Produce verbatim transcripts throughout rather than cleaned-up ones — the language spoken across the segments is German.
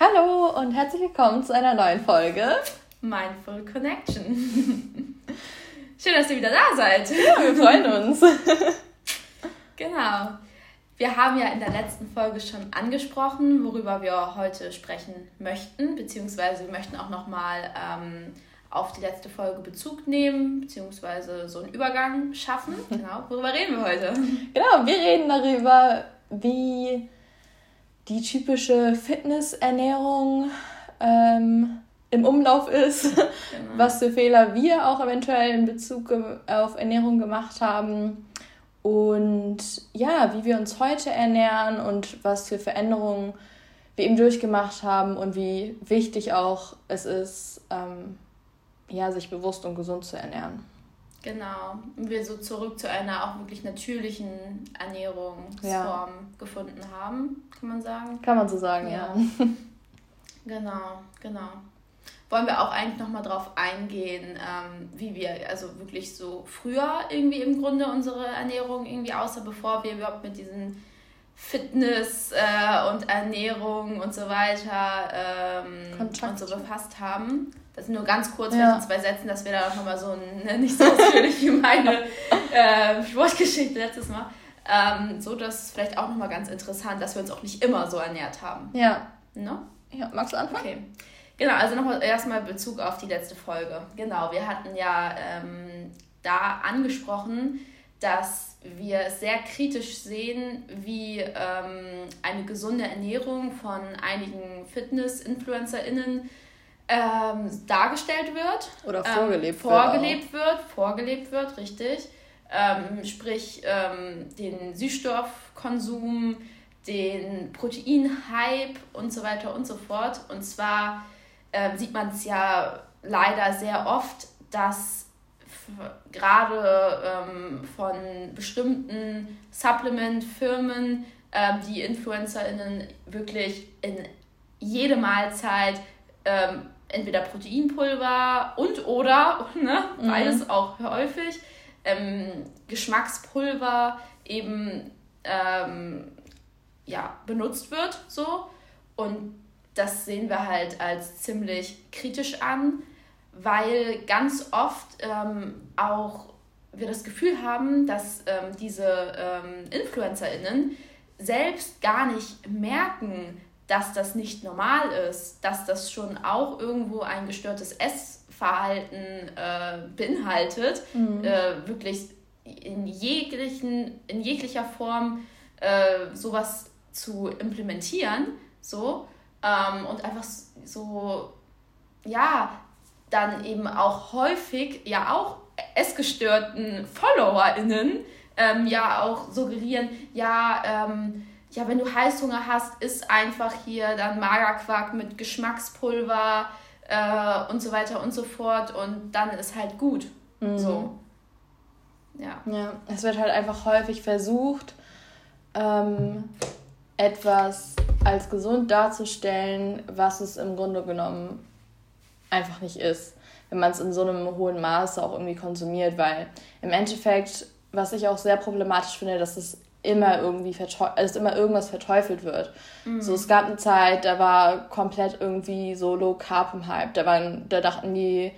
Hallo und herzlich willkommen zu einer neuen Folge Mindful Connection. Schön, dass ihr wieder da seid. Ja, wir freuen uns. Genau. Wir haben ja in der letzten Folge schon angesprochen, worüber wir heute sprechen möchten, beziehungsweise wir möchten auch nochmal ähm, auf die letzte Folge Bezug nehmen, beziehungsweise so einen Übergang schaffen. Genau, worüber reden wir heute? Genau, wir reden darüber, wie die typische Fitnessernährung ähm, im Umlauf ist, genau. Was für Fehler wir auch eventuell in Bezug auf Ernährung gemacht haben und ja, wie wir uns heute ernähren und was für Veränderungen wir eben durchgemacht haben und wie wichtig auch es ist, ähm, ja, sich bewusst und gesund zu ernähren. Genau, und wir so zurück zu einer auch wirklich natürlichen Ernährungsform ja. gefunden haben, kann man sagen. Kann man so sagen, ja. ja. Genau, genau. Wollen wir auch eigentlich nochmal drauf eingehen, ähm, wie wir, also wirklich so früher irgendwie im Grunde unsere Ernährung irgendwie aussah, bevor wir überhaupt mit diesen Fitness äh, und Ernährung und so weiter ähm, uns so befasst haben. Das ist nur ganz kurz ja. in zwei Sätzen, dass wir da auch nochmal so ein, ne, nicht so ausführlich wie meine äh, Sportgeschichte letztes Mal. Ähm, so, das ist vielleicht auch nochmal ganz interessant, dass wir uns auch nicht immer so ernährt haben. Ja. No? Ja, magst du anfangen? Okay. Genau, also nochmal erstmal Bezug auf die letzte Folge. Genau, wir hatten ja ähm, da angesprochen, dass wir es sehr kritisch sehen, wie ähm, eine gesunde Ernährung von einigen Fitness-InfluencerInnen ähm, dargestellt wird. Oder vorgelebt ähm, vorgelebt wird. wird vorgelebt wird, richtig. Ähm, sprich, ähm, den Süßstoffkonsum, den Proteinhype und so weiter und so fort. Und zwar ähm, sieht man es ja leider sehr oft, dass f- gerade ähm, von bestimmten Supplement-Firmen ähm, die InfluencerInnen wirklich in jede Mahlzeit ähm, entweder Proteinpulver und oder, ne, mhm. beides auch häufig, ähm, Geschmackspulver eben ähm, ja, benutzt wird, so. Und das sehen wir halt als ziemlich kritisch an, weil ganz oft ähm, auch wir das Gefühl haben, dass ähm, diese ähm, InfluencerInnen selbst gar nicht merken, dass das nicht normal ist, dass das schon auch irgendwo ein gestörtes Essverhalten äh, beinhaltet, mhm. äh, wirklich in jeglichen, in jeglicher Form äh, sowas zu implementieren, so, ähm, und einfach so, ja, dann eben auch häufig ja auch essgestörten FollowerInnen ähm, ja auch suggerieren, ja, ähm, ja, wenn du Heißhunger hast, isst einfach hier dann Magerquark mit Geschmackspulver äh, und so weiter und so fort und dann ist halt gut, mhm. so. Ja. Ja, es wird halt einfach häufig versucht, ähm, etwas als gesund darzustellen, was es im Grunde genommen einfach nicht ist, wenn man es in so einem hohen Maße auch irgendwie konsumiert, weil im Endeffekt, was ich auch sehr problematisch finde, dass es immer irgendwie verteu- also immer irgendwas verteufelt wird. Mhm. So, es gab eine Zeit, da war komplett irgendwie so Low Carb im Hype, da waren, da dachten die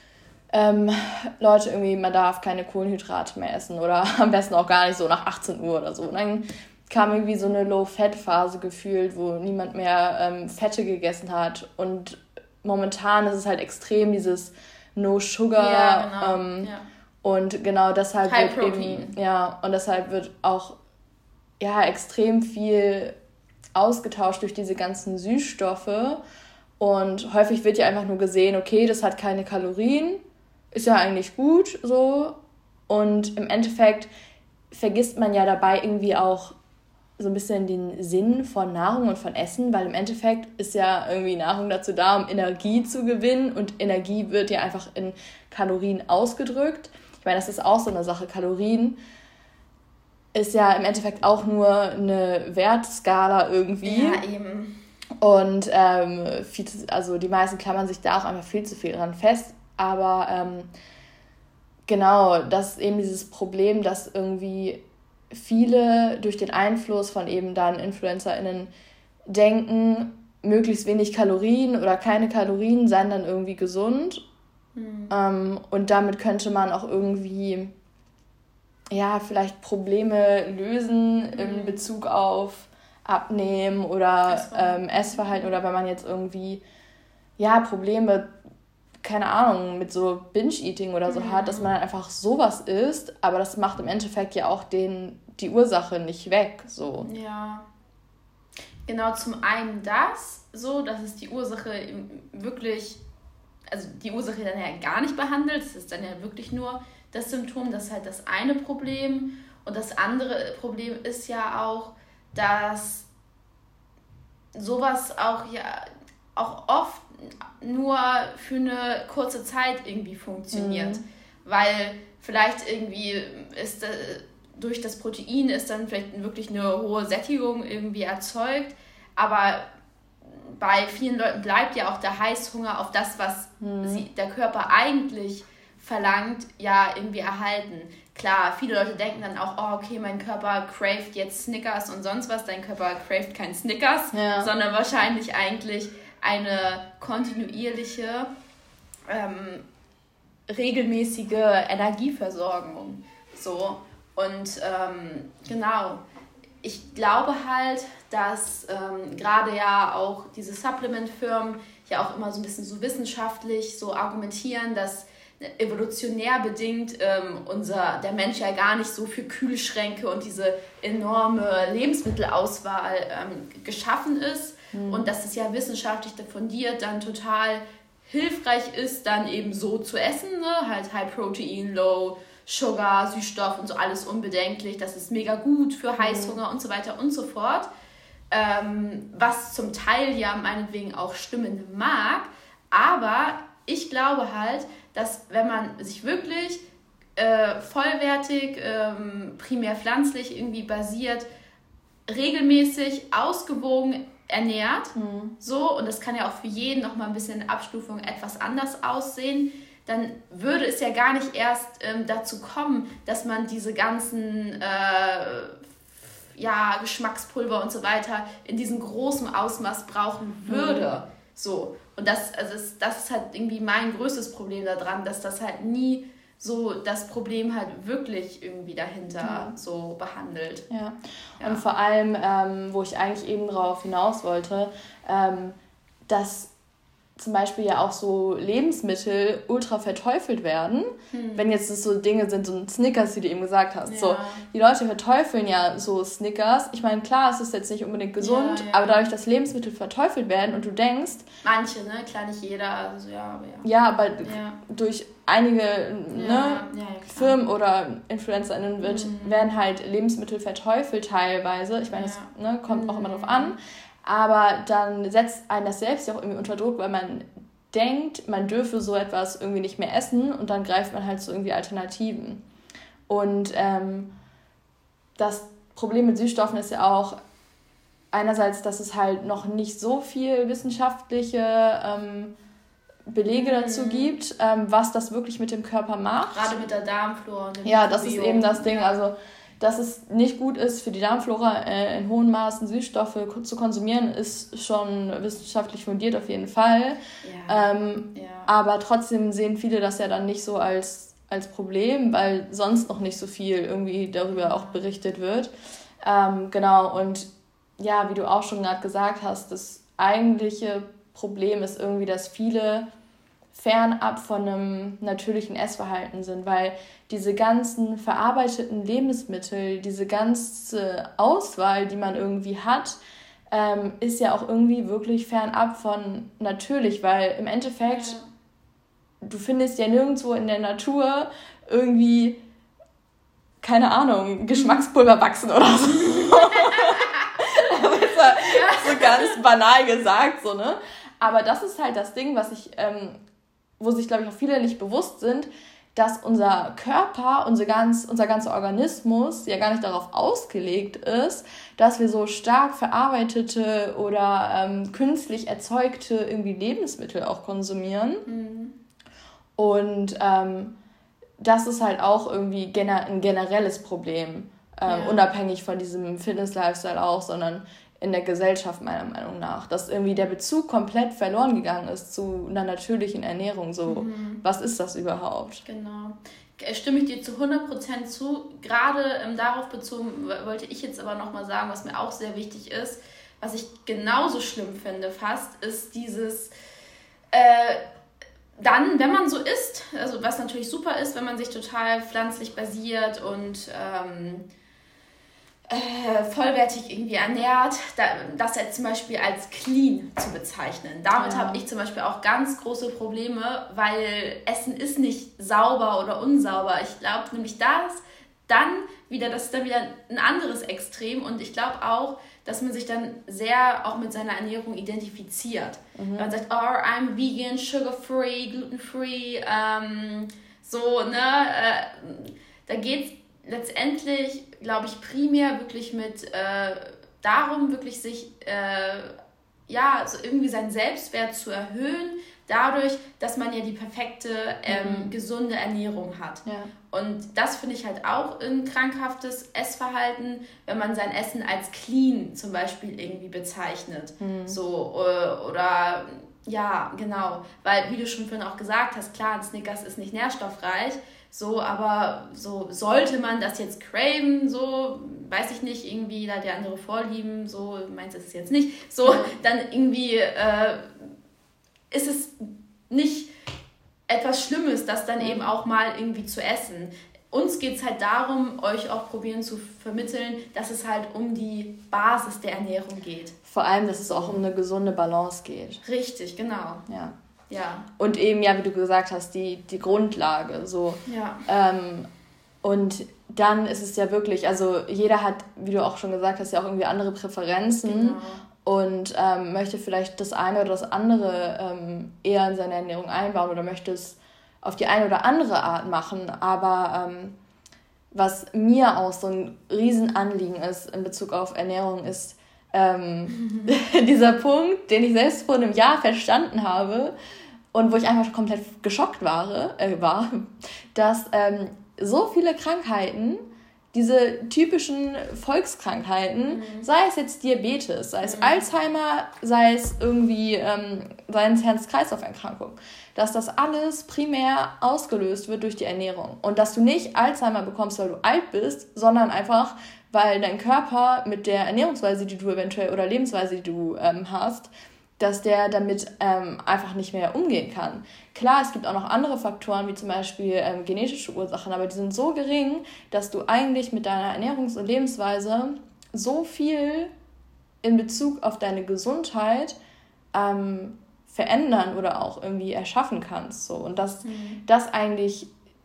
ähm, Leute irgendwie, man darf keine Kohlenhydrate mehr essen oder am besten auch gar nicht so nach achtzehn Uhr oder so. Und dann kam irgendwie so eine Low-Fat-Phase gefühlt, wo niemand mehr ähm, Fette gegessen hat. Und momentan ist es halt extrem dieses No-Sugar. Ja, genau. Ähm, ja. Und genau deshalb High wird Protein. eben, ja, und deshalb wird auch ja, extrem viel ausgetauscht durch diese ganzen Süßstoffe. Und häufig wird ja einfach nur gesehen, okay, das hat keine Kalorien, ist ja eigentlich gut so. Und im Endeffekt vergisst man ja dabei irgendwie auch so ein bisschen den Sinn von Nahrung und von Essen, weil im Endeffekt ist ja irgendwie Nahrung dazu da, um Energie zu gewinnen und Energie wird ja einfach in Kalorien ausgedrückt. Ich meine, das ist auch so eine Sache, Kalorien ist ja im Endeffekt auch nur eine Wertskala irgendwie. Ja, eben. Und ähm, viel zu, also die meisten klammern sich da auch einfach viel zu viel dran fest. Aber ähm, genau, das ist eben dieses Problem, dass irgendwie viele durch den Einfluss von eben dann InfluencerInnen denken, möglichst wenig Kalorien oder keine Kalorien seien dann irgendwie gesund. Mhm. Ähm, und damit könnte man auch irgendwie, ja, vielleicht Probleme lösen mhm. in Bezug auf Abnehmen oder Essverhalten. Ähm, Essverhalten oder wenn man jetzt irgendwie, ja, Probleme, keine Ahnung, mit so Binge-Eating oder so mhm. hat, dass man einfach sowas isst, aber das macht im Endeffekt ja auch den, die Ursache nicht weg, so. Ja. Genau, zum einen das, so, dass es die Ursache wirklich, also die Ursache dann ja gar nicht behandelt, es ist dann ja wirklich nur das Symptom, das ist halt das eine Problem. Und das andere Problem ist ja auch, dass sowas auch ja auch oft nur für eine kurze Zeit irgendwie funktioniert. Mhm. Weil vielleicht irgendwie ist durch das Protein ist dann vielleicht wirklich eine hohe Sättigung irgendwie erzeugt, aber bei vielen Leuten bleibt ja auch der Heißhunger auf das, was mhm. sie, der Körper eigentlich verlangt, ja irgendwie erhalten. Klar, viele Leute denken dann auch, oh okay, mein Körper craved jetzt Snickers und sonst was. Dein Körper craved kein Snickers, ja. sondern wahrscheinlich eigentlich eine kontinuierliche, ähm, regelmäßige Energieversorgung. So. Und ähm, genau, ich glaube halt, dass ähm, gerade ja auch diese Supplement-Firmen ja auch immer so ein bisschen so wissenschaftlich so argumentieren, dass evolutionär bedingt ähm, unser, der Mensch ja gar nicht so für Kühlschränke und diese enorme Lebensmittelauswahl ähm, geschaffen ist mhm. und dass es ja wissenschaftlich fundiert dann total hilfreich ist, dann eben so zu essen, ne? Halt High Protein, Low Sugar, Süßstoff und so alles unbedenklich, das ist mega gut für Heißhunger mhm. und so weiter und so fort, ähm, was zum Teil ja meinetwegen auch stimmen mag, aber ich glaube halt, dass wenn man sich wirklich äh, vollwertig, ähm, primär pflanzlich irgendwie basiert, regelmäßig, ausgewogen ernährt, mhm. so, und das kann ja auch für jeden nochmal ein bisschen in Abstufung etwas anders aussehen, dann würde es ja gar nicht erst ähm, dazu kommen, dass man diese ganzen äh, ja, Geschmackspulver und so weiter in diesem großen Ausmaß brauchen würde. Mhm. So. Und das, also das, das ist halt irgendwie mein größtes Problem daran, dass das halt nie so das Problem halt wirklich irgendwie dahinter ja. so behandelt. Ja, ja. Und vor allem, ähm, wo ich eigentlich eben drauf hinaus wollte, ähm, dass zum Beispiel ja auch so Lebensmittel ultra verteufelt werden. Hm. Wenn jetzt das so Dinge sind, so ein Snickers, wie du eben gesagt hast. Ja. So, die Leute verteufeln ja so Snickers. Ich meine, klar, es ist jetzt nicht unbedingt gesund, ja, ja. aber dadurch, dass Lebensmittel verteufelt werden und du denkst... Manche, ne? Klar, nicht jeder, also ja, aber ja. Ja, aber ja. durch einige ne, ja, ja, Firmen oder InfluencerInnen wird, mhm. werden halt Lebensmittel verteufelt teilweise. Ich meine, es ja. ne, kommt mhm. auch immer drauf an. Aber dann setzt einen das selbst ja auch irgendwie unter Druck, weil man denkt, man dürfe so etwas irgendwie nicht mehr essen und dann greift man halt zu irgendwie Alternativen. Und ähm, das Problem mit Süßstoffen ist ja auch einerseits, dass es halt noch nicht so viel wissenschaftliche ähm, Belege mhm. dazu gibt, ähm, was das wirklich mit dem Körper macht. Gerade mit der Darmflora. Und dem ja, das ist eben das Ding, also dass es nicht gut ist für die Darmflora äh, in hohen Maßen Süßstoffe zu konsumieren, ist schon wissenschaftlich fundiert auf jeden Fall. Ja. Ähm, ja. Aber trotzdem sehen viele das ja dann nicht so als, als Problem, weil sonst noch nicht so viel irgendwie darüber auch berichtet wird. Ähm, genau, und ja, wie du auch schon gerade gesagt hast, das eigentliche Problem ist irgendwie, dass viele fernab von einem natürlichen Essverhalten sind, weil diese ganzen verarbeiteten Lebensmittel, diese ganze Auswahl, die man irgendwie hat, ähm, ist ja auch irgendwie wirklich fernab von natürlich, weil im Endeffekt, ja. du findest ja nirgendwo in der Natur irgendwie, keine Ahnung, Geschmackspulver wachsen oder so. Aber ist ja so ganz banal gesagt, so, ne? Aber das ist halt das Ding, was ich, ähm, wo sich, glaube ich, auch viele nicht bewusst sind, dass unser Körper, unser, ganz, unser ganzer Organismus ja gar nicht darauf ausgelegt ist, dass wir so stark verarbeitete oder ähm, künstlich erzeugte irgendwie Lebensmittel auch konsumieren. Mhm. Und ähm, das ist halt auch irgendwie gener- ein generelles Problem, ähm, ja. unabhängig von diesem Fitness-Lifestyle auch, sondern in der Gesellschaft meiner Meinung nach, dass irgendwie der Bezug komplett verloren gegangen ist zu einer natürlichen Ernährung. So, mhm. was ist das überhaupt? Genau. Stimme ich dir zu hundert Prozent zu. Gerade ähm, darauf bezogen wollte ich jetzt aber nochmal sagen, was mir auch sehr wichtig ist, was ich genauso schlimm finde fast, ist dieses... Äh, Dann, wenn man so isst, also was natürlich super ist, wenn man sich total pflanzlich basiert und ähm, äh, vollwertig irgendwie ernährt, da, das jetzt zum Beispiel als clean zu bezeichnen. Damit ja. habe ich zum Beispiel auch ganz große Probleme, weil Essen ist nicht sauber oder unsauber. Ich glaube nämlich das dann wieder, das ist dann wieder ein anderes Extrem und ich glaube auch, dass man sich dann sehr auch mit seiner Ernährung identifiziert. Mhm. Man sagt, oh, I'm vegan, sugar-free, gluten-free, ähm, so, ne, äh, da geht es letztendlich, glaube ich, primär wirklich mit äh, darum, wirklich sich, äh, ja, so irgendwie seinen Selbstwert zu erhöhen, dadurch, dass man ja die perfekte, ähm, mhm. gesunde Ernährung hat. Ja. Und das finde ich halt auch ein krankhaftes Essverhalten, wenn man sein Essen als clean zum Beispiel irgendwie bezeichnet. Mhm. So, oder, ja, genau. Weil, wie du schon vorhin auch gesagt hast, klar, ein Snickers ist nicht nährstoffreich, so, aber so sollte man das jetzt craven, so, weiß ich nicht, irgendwie, da die andere Vorlieben, so, meins ist es jetzt nicht, so, dann irgendwie äh, ist es nicht etwas Schlimmes, das dann eben auch mal irgendwie zu essen. Uns geht es halt darum, euch auch probieren zu vermitteln, dass es halt um die Basis der Ernährung geht. Vor allem, dass es auch um eine gesunde Balance geht. Richtig, genau. Ja. Ja. Und eben, ja, wie du gesagt hast, die, die Grundlage. So. Ja. Ähm, und dann ist es ja wirklich, also jeder hat, wie du auch schon gesagt hast, ja auch irgendwie andere Präferenzen. Genau. Und ähm, möchte vielleicht das eine oder das andere ähm, eher in seine Ernährung einbauen oder möchte es auf die eine oder andere Art machen. Aber ähm, was mir auch so ein Riesenanliegen ist in Bezug auf Ernährung, ist ähm, mhm. dieser Punkt, den ich selbst vor einem Jahr verstanden habe und wo ich einfach komplett geschockt war, äh, war dass ähm, so viele Krankheiten, diese typischen Volkskrankheiten, mhm. sei es jetzt Diabetes, sei es mhm. Alzheimer, sei es irgendwie, ähm, sei es Herz-Kreislauf-Erkrankung, dass das alles primär ausgelöst wird durch die Ernährung. Und dass du nicht Alzheimer bekommst, weil du alt bist, sondern einfach, weil dein Körper mit der Ernährungsweise, die du eventuell, oder Lebensweise, die du ähm, hast, dass der damit ähm, einfach nicht mehr umgehen kann. Klar, es gibt auch noch andere Faktoren, wie zum Beispiel ähm, genetische Ursachen, aber die sind so gering, dass du eigentlich mit deiner Ernährungs- und Lebensweise so viel in Bezug auf deine Gesundheit ähm, verändern oder auch irgendwie erschaffen kannst. So. Und dass mhm. das eigentlich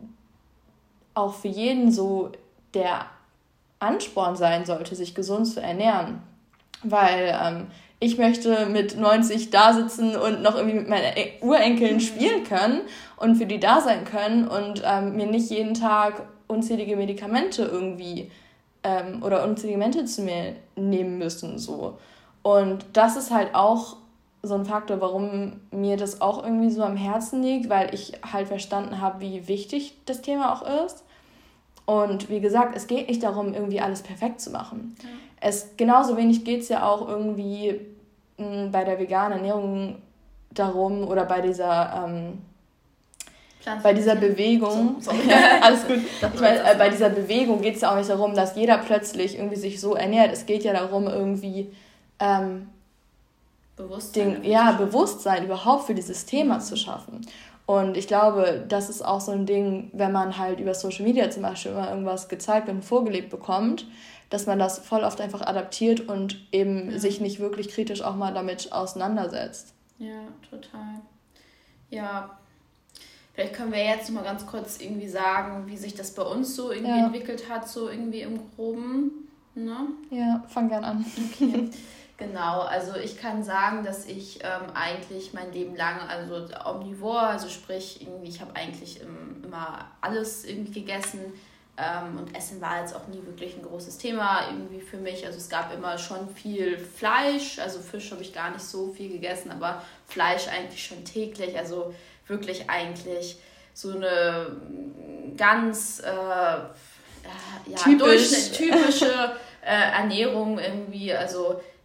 auch für jeden so der Ansporn sein sollte, sich gesund zu ernähren. Weil ähm, ich möchte mit neunzig da sitzen und noch irgendwie mit meinen Urenkeln spielen können und für die da sein können und ähm, mir nicht jeden Tag unzählige Medikamente irgendwie ähm, oder unzählige Medikamente zu mir nehmen müssen. So. Und das ist halt auch so ein Faktor, warum mir das auch irgendwie so am Herzen liegt, weil ich halt verstanden habe, wie wichtig das Thema auch ist. Und wie gesagt, es geht nicht darum, irgendwie alles perfekt zu machen. Ja. Es, genauso wenig geht es ja auch irgendwie mh, bei der veganen Ernährung darum oder bei dieser, ähm, bei dieser Bewegung. So, alles gut. Ich meine, äh, bei dieser Bewegung geht es ja auch nicht darum, dass jeder plötzlich irgendwie sich so ernährt. Es geht ja darum, irgendwie ähm, Bewusstsein, den, ja, Bewusstsein überhaupt für dieses Thema mhm. zu schaffen. Und ich glaube, das ist auch so ein Ding, wenn man halt über Social Media zum Beispiel immer irgendwas gezeigt und vorgelebt bekommt, dass man das voll oft einfach adaptiert und eben ja. sich nicht wirklich kritisch auch mal damit auseinandersetzt. Ja, total. Ja, vielleicht können wir jetzt noch mal ganz kurz irgendwie sagen, wie sich das bei uns so irgendwie ja. entwickelt hat, so irgendwie im Groben. Ne? Ja, fang gern an. Okay. Genau, also ich kann sagen, dass ich ähm, eigentlich mein Leben lang, also omnivor, also sprich, irgendwie, ich habe eigentlich im, immer alles irgendwie gegessen ähm, und Essen war jetzt auch nie wirklich ein großes Thema irgendwie für mich. Also es gab immer schon viel Fleisch, also Fisch habe ich gar nicht so viel gegessen, aber Fleisch eigentlich schon täglich, also wirklich eigentlich so eine ganz äh, ja, Typisch. Durchschnitt, typische äh, Ernährung irgendwie, also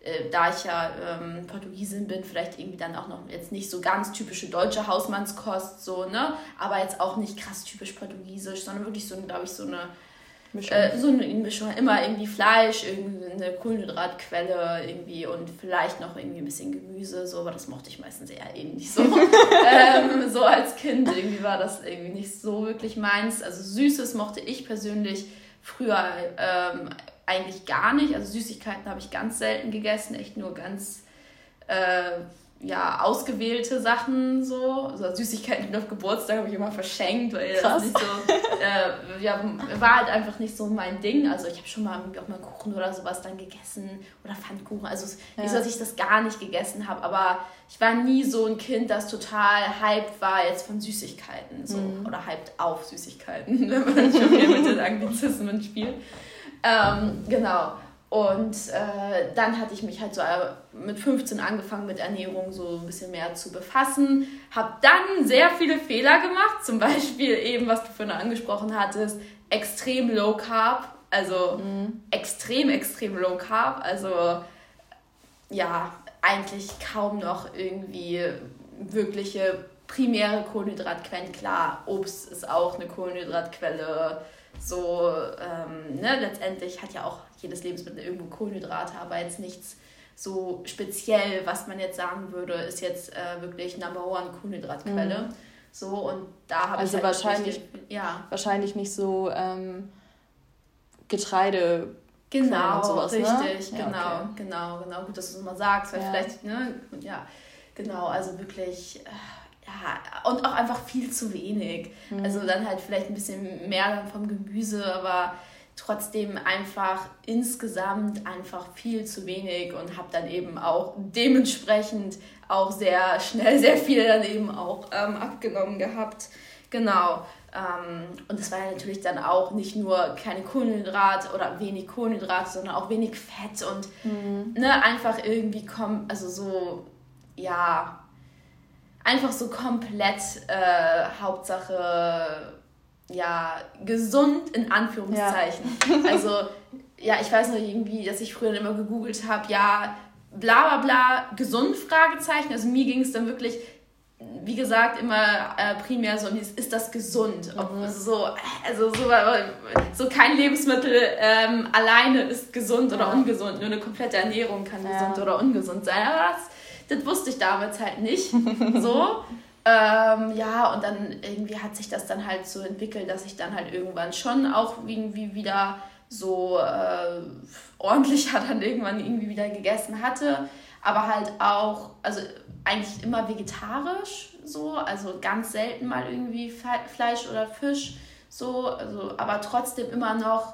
äh, da ich ja ähm, Portugiesin bin, vielleicht irgendwie dann auch noch jetzt nicht so ganz typische deutsche Hausmannskost, so, ne? Aber jetzt auch nicht krass typisch portugiesisch, sondern wirklich so, glaube ich, so eine Mischung. Äh, so eine Mischung. Immer irgendwie Fleisch, irgendeine Kohlenhydratquelle irgendwie und vielleicht noch irgendwie ein bisschen Gemüse, so, aber das mochte ich meistens eher eh nicht so. ähm, so als Kind irgendwie war das irgendwie nicht so wirklich meins. Also Süßes mochte ich persönlich früher ähm, eigentlich gar nicht. Also Süßigkeiten habe ich ganz selten gegessen, echt nur ganz äh, ja, ausgewählte Sachen so. Also Süßigkeiten auf Geburtstag habe ich immer verschenkt, weil Krass. das nicht so, äh, ja, war halt einfach nicht so mein Ding. Also ich habe schon mal auch mal Kuchen oder sowas dann gegessen oder Pfannkuchen. Also ja. nicht so, dass ich das gar nicht gegessen habe, aber ich war nie so ein Kind, das total hyped war jetzt von Süßigkeiten so mhm. oder hyped auf Süßigkeiten, wenn man schon wieder mit den Anglizismen spielt. Ähm, genau. Und äh, dann hatte ich mich halt so mit fünfzehn angefangen mit Ernährung so ein bisschen mehr zu befassen. Habe dann sehr viele Fehler gemacht, zum Beispiel eben, was du vorhin angesprochen hattest, extrem Low Carb, also mhm. extrem, extrem Low Carb, also ja, eigentlich kaum noch irgendwie wirkliche primäre Kohlenhydratquellen. Klar, Obst ist auch eine Kohlenhydratquelle. So, ähm, ne, letztendlich hat ja auch jedes Lebensmittel irgendwo Kohlenhydrate, aber jetzt nichts so speziell, was man jetzt sagen würde, ist jetzt äh, wirklich Number One Kohlenhydratquelle. Mhm. So, und da habe also ich halt wahrscheinlich, richtig, ja. wahrscheinlich nicht so ähm, Getreide. Genau, und sowas, richtig, ne? genau, ja, okay. genau, genau. Gut, dass du es mal sagst, weil ja. vielleicht, ne, ja, genau, also wirklich. Äh, Ja, und auch einfach viel zu wenig. Mhm. Also dann halt vielleicht ein bisschen mehr dann vom Gemüse, aber trotzdem einfach insgesamt einfach viel zu wenig und habe dann eben auch dementsprechend auch sehr schnell sehr viel dann eben auch ähm, abgenommen gehabt. Genau. Ähm, und das war ja natürlich dann auch nicht nur keine Kohlenhydrate oder wenig Kohlenhydrate, sondern auch wenig Fett und mhm. ne, einfach irgendwie kommen, also so, ja, einfach so komplett äh, Hauptsache, ja, gesund in Anführungszeichen. Ja. Also, ja, ich weiß noch irgendwie, dass ich früher immer gegoogelt habe, ja, bla bla bla, gesund, Fragezeichen. Also mir ging es dann wirklich, wie gesagt, immer äh, primär so um dieses, ist das gesund? Ob, mhm. so, also so, so kein Lebensmittel ähm, alleine ist gesund oder ja. ungesund, nur eine komplette Ernährung kann ja. gesund oder ungesund sein. Aber das Das wusste ich damals halt nicht. So. ähm, ja, und dann irgendwie hat sich das dann halt so entwickelt, dass ich dann halt irgendwann schon auch irgendwie wieder so äh, ordentlicher dann irgendwann irgendwie wieder gegessen hatte. Aber halt auch, also eigentlich immer vegetarisch so, also ganz selten mal irgendwie Fe- Fleisch oder Fisch so, also, aber trotzdem immer noch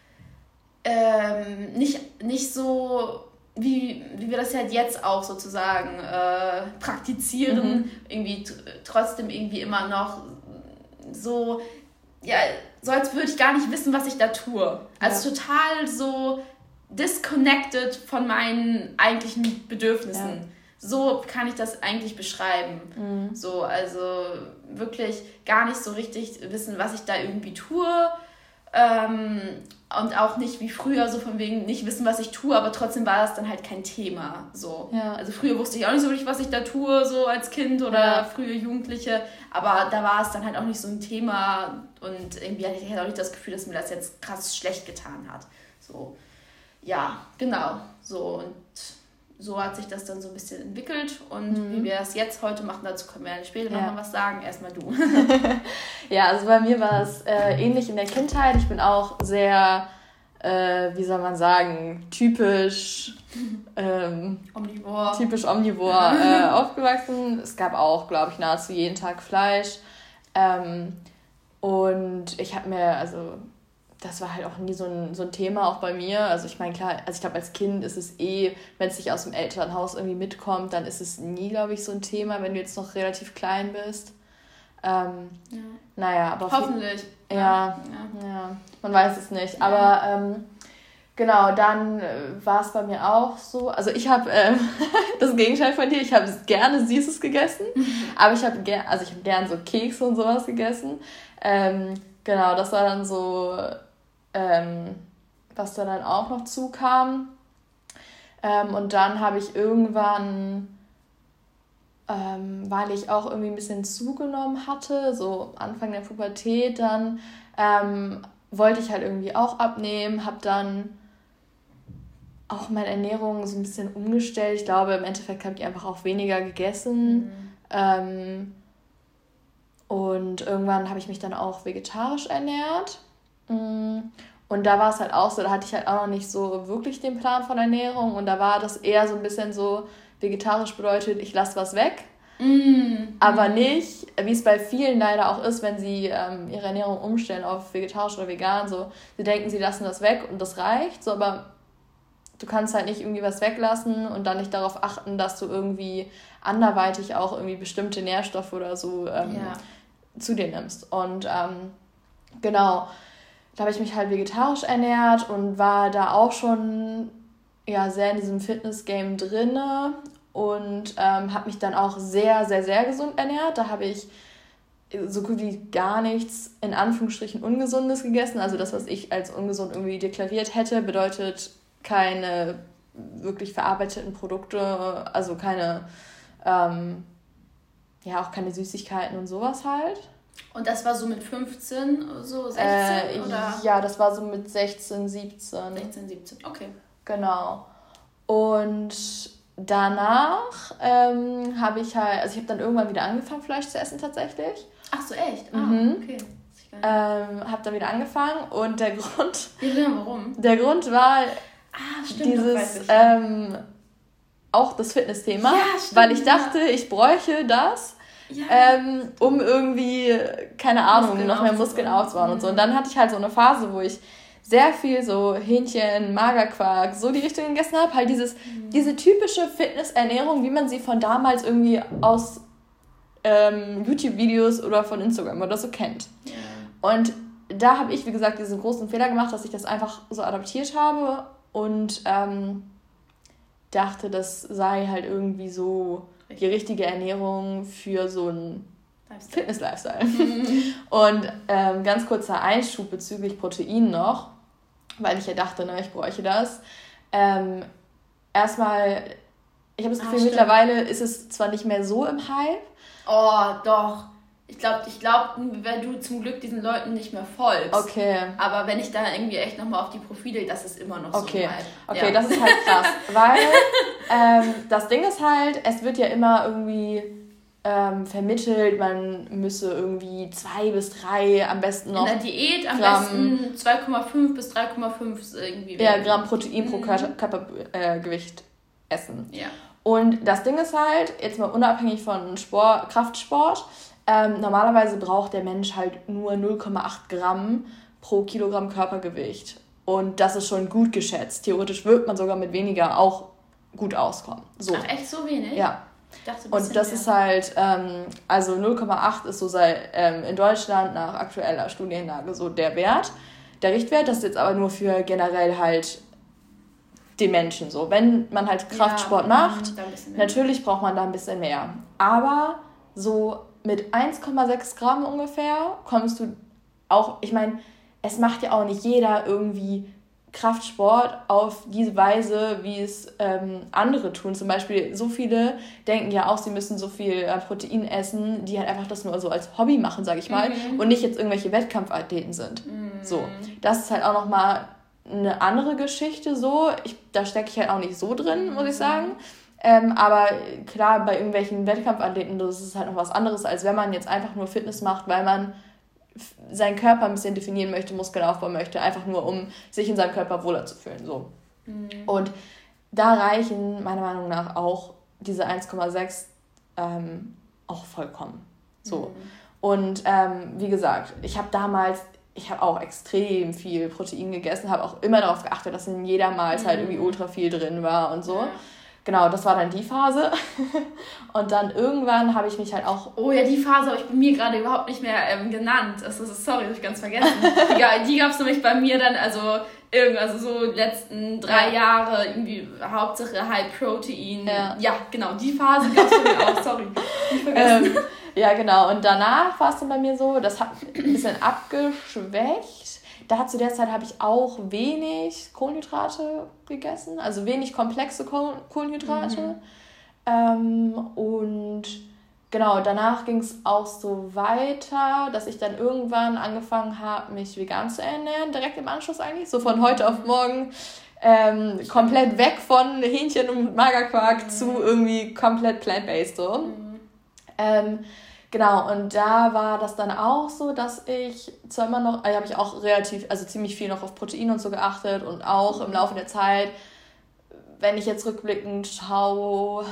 ähm, nicht, nicht so Wie, wie wir das halt jetzt auch sozusagen äh, praktizieren, mhm. irgendwie t- trotzdem irgendwie immer noch so, ja, so als würde ich gar nicht wissen, was ich da tue. Also ja. total so disconnected von meinen eigentlichen Bedürfnissen. Ja. So kann ich das eigentlich beschreiben. Mhm. So, also wirklich gar nicht so richtig wissen, was ich da irgendwie tue. Ähm, und auch nicht wie früher, so von wegen nicht wissen, was ich tue, aber trotzdem war das dann halt kein Thema. So. Ja. Also früher wusste ich auch nicht so wirklich, was ich da tue, so als Kind oder ja. frühe Jugendliche, aber da war es dann halt auch nicht so ein Thema und irgendwie hatte ich halt auch nicht das Gefühl, dass mir das jetzt krass schlecht getan hat. So. Ja, genau. So, und so hat sich das dann so ein bisschen entwickelt und mhm. wie wir es jetzt heute machen, dazu können wir ja später ja. noch mal was sagen. Erstmal du. Ja, also bei mir war es äh, ähnlich in der Kindheit. Ich bin auch sehr, äh, wie soll man sagen, typisch ähm, omnivor, typisch omnivor äh, aufgewachsen. Es gab auch, glaube ich, nahezu jeden Tag Fleisch. Ähm, und ich habe mir, also das war halt auch nie so ein, so ein Thema, auch bei mir. Also ich meine, klar, also ich glaube, als Kind ist es eh, wenn es nicht aus dem Elternhaus irgendwie mitkommt, dann ist es nie, glaube ich, so ein Thema, wenn du jetzt noch relativ klein bist. Ähm, ja. Naja, aber... Hoffentlich. Viel, ja, ja, ja, man weiß es nicht. Ja. Aber ähm, genau, dann äh, war es bei mir auch so, also ich habe ähm, das Gegenteil von dir, ich habe gerne Süßes gegessen, aber ich habe ger- also ich habe gern so Kekse und sowas gegessen. Ähm, genau, das war dann so... Ähm, was da dann auch noch zukam. Ähm, und dann habe ich irgendwann, ähm, weil ich auch irgendwie ein bisschen zugenommen hatte, so Anfang der Pubertät dann, ähm, wollte ich halt irgendwie auch abnehmen, habe dann auch meine Ernährung so ein bisschen umgestellt. Ich glaube, im Endeffekt habe ich einfach auch weniger gegessen. Mhm. Ähm, und irgendwann habe ich mich dann auch vegetarisch ernährt. Und da war es halt auch so, da hatte ich halt auch noch nicht so wirklich den Plan von Ernährung. Und da war das eher so ein bisschen so, vegetarisch bedeutet, ich lasse was weg. Mm. Aber nicht, wie es bei vielen leider auch ist, wenn sie ähm, ihre Ernährung umstellen auf vegetarisch oder vegan. So, sie denken, sie lassen das weg und das reicht. So, aber du kannst halt nicht irgendwie was weglassen und dann nicht darauf achten, dass du irgendwie anderweitig auch irgendwie bestimmte Nährstoffe oder so ähm, ja. zu dir nimmst. Und ähm, genau, da habe ich mich halt vegetarisch ernährt und war da auch schon ja, sehr in diesem Fitness-Game drinne und ähm, habe mich dann auch sehr, sehr, sehr gesund ernährt. Da habe ich so gut wie gar nichts in Anführungsstrichen Ungesundes gegessen. Also das, was ich als ungesund irgendwie deklariert hätte, bedeutet keine wirklich verarbeiteten Produkte, also keine, ähm, ja, auch keine Süßigkeiten und sowas halt. Und das war so mit fünfzehn, so sechzehn, äh, oder? Ja, das war so mit sechzehn, siebzehn. sechzehn, siebzehn, okay. Genau. Und danach ähm, habe ich halt, also ich habe dann irgendwann wieder angefangen, Fleisch zu essen tatsächlich. Ach so, echt? Ah, mhm. okay. Ähm, habe dann wieder angefangen und der Grund... Ja, warum? Der Grund war ah, stimmt, dieses, ähm, auch das Fitnessthema, ja, stimmt, weil ich dachte, ja. ich bräuchte das, ja. ähm, um irgendwie, keine Ahnung, Muskeln noch mehr Muskeln aufzubauen mhm. und so. Und dann hatte ich halt so eine Phase, wo ich sehr viel so Hähnchen, Magerquark, so die Richtung gegessen habe. Halt dieses, mhm. diese typische Fitnessernährung, wie man sie von damals irgendwie aus ähm, YouTube-Videos oder von Instagram oder so kennt. Ja. Und da habe ich, wie gesagt, diesen großen Fehler gemacht, dass ich das einfach so adaptiert habe und ähm, dachte, das sei halt irgendwie so die richtige Ernährung für so einen Fitness-Lifestyle. Mhm. Und ähm, ganz kurzer Einschub bezüglich Protein noch, weil ich ja dachte, ne, ich bräuchte das. Ähm, erstmal, ich habe das Gefühl, ah, mittlerweile ist es zwar nicht mehr so im Hype. Oh, doch. Ich glaube, ich glaub, wenn du zum Glück diesen Leuten nicht mehr folgst. Okay. Aber wenn ich da irgendwie echt nochmal auf die Profile, das ist immer noch okay. so halt. Okay, ja. das ist halt krass. Weil ähm, das Ding ist halt, es wird ja immer irgendwie ähm, vermittelt, man müsse irgendwie zwei bis drei, am besten noch in der Diät am Gramm, besten zwei Komma fünf bis drei Komma fünf irgendwie. Ja, Gramm Protein mhm. pro Körpergewicht äh, essen. Ja. Und das Ding ist halt, jetzt mal unabhängig von Sport, Kraftsport, Ähm, normalerweise braucht der Mensch halt nur null Komma acht Gramm pro Kilogramm Körpergewicht. Und das ist schon gut geschätzt. Theoretisch wird man sogar mit weniger auch gut auskommen. So. Ach, echt so wenig? Ja. Ich dachte, und das mehr. ist halt, ähm, also null Komma acht ist so seit, ähm, in Deutschland nach aktueller Studienlage so der Wert, der Richtwert. Das ist jetzt aber nur für generell halt den Menschen so. Wenn man halt Kraftsport ja, macht, natürlich braucht man da ein bisschen mehr. Aber so mit eins Komma sechs Gramm ungefähr kommst du auch, ich meine, es macht ja auch nicht jeder irgendwie Kraftsport auf diese Weise, wie es ähm, andere tun. Zum Beispiel, so viele denken ja auch, sie müssen so viel äh, Protein essen, die halt einfach das nur so als Hobby machen, sag ich mal, mhm. und nicht jetzt irgendwelche Wettkampfathleten sind. Mhm. So, das ist halt auch nochmal eine andere Geschichte so. Ich, da stecke ich halt auch nicht so drin, muss ich sagen. Ähm, aber klar, bei irgendwelchen Wettkampfathleten, das ist halt noch was anderes, als wenn man jetzt einfach nur Fitness macht, weil man f- seinen Körper ein bisschen definieren möchte, Muskeln aufbauen möchte, einfach nur, um sich in seinem Körper wohler zu fühlen. So. Mhm. Und da reichen meiner Meinung nach auch diese eins Komma sechs ähm, auch vollkommen. So. Mhm. Und ähm, wie gesagt, ich habe damals, ich habe auch extrem viel Protein gegessen, habe auch immer darauf geachtet, dass in jeder Mahlzeit mhm. irgendwie ultra viel drin war und so. Ja. Genau, das war dann die Phase. Und dann irgendwann habe ich mich halt auch... Oh ja, die Phase habe ich bei mir gerade überhaupt nicht mehr ähm, genannt. Also, sorry, habe ich ganz vergessen. die die gab es nämlich bei mir dann, also, irgend, also so die letzten drei ja. Jahre, irgendwie Hauptsache High Protein. Ja, ja genau, die Phase gab es bei mir auch, sorry. Nicht vergessen. Ähm, ja, genau. Und danach war es dann bei mir so, das hat ein bisschen abgeschwächt. da zu der Zeit habe ich auch wenig Kohlenhydrate gegessen, also wenig komplexe Kohlenhydrate. Mhm. Ähm, und genau, danach ging es auch so weiter, dass ich dann irgendwann angefangen habe, mich vegan zu ernähren, direkt im Anschluss eigentlich, so von heute auf morgen. Ähm, komplett weg von Hähnchen und Magerquark mhm. zu irgendwie komplett plant-based so. Mhm. Ähm, genau, und da war das dann auch so, dass ich zwar immer noch, also habe ich auch relativ, also ziemlich viel noch auf Protein und so geachtet und auch mhm. im Laufe der Zeit, wenn ich jetzt rückblickend schaue,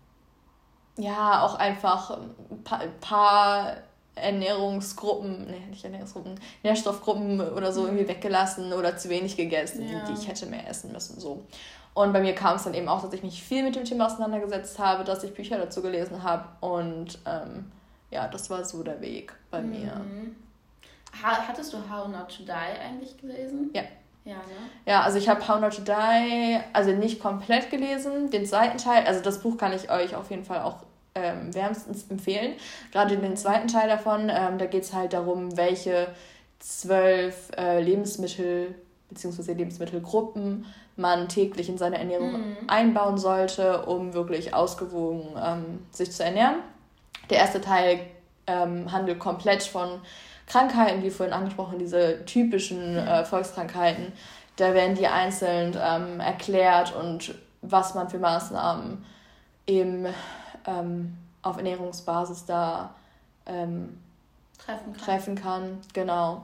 ja, auch einfach ein paar, ein paar Ernährungsgruppen, nee, nicht Ernährungsgruppen, Nährstoffgruppen oder so irgendwie weggelassen oder zu wenig gegessen, ja. die ich hätte mehr essen müssen, so. Und bei mir kam es dann eben auch, dass ich mich viel mit dem Thema auseinandergesetzt habe, dass ich Bücher dazu gelesen habe und ähm, ja, das war so der Weg bei mhm. mir. Hattest du How Not to Die eigentlich gelesen? Ja. Ja, ne? Ja, also ich habe How Not to Die, also nicht komplett gelesen, den zweiten Teil, also das Buch kann ich euch auf jeden Fall auch ähm, wärmstens empfehlen. Gerade den zweiten Teil davon, ähm, da geht es halt darum, welche zwölf äh, Lebensmittel bzw. Lebensmittelgruppen man täglich in seine Ernährung mhm. einbauen sollte, um wirklich ausgewogen ähm, sich zu ernähren. Der erste Teil ähm, handelt komplett von Krankheiten, wie vorhin angesprochen, diese typischen äh, Volkskrankheiten. Da werden die einzeln ähm, erklärt und was man für Maßnahmen eben ähm, auf Ernährungsbasis da ähm, treffen kann. treffen kann. Genau.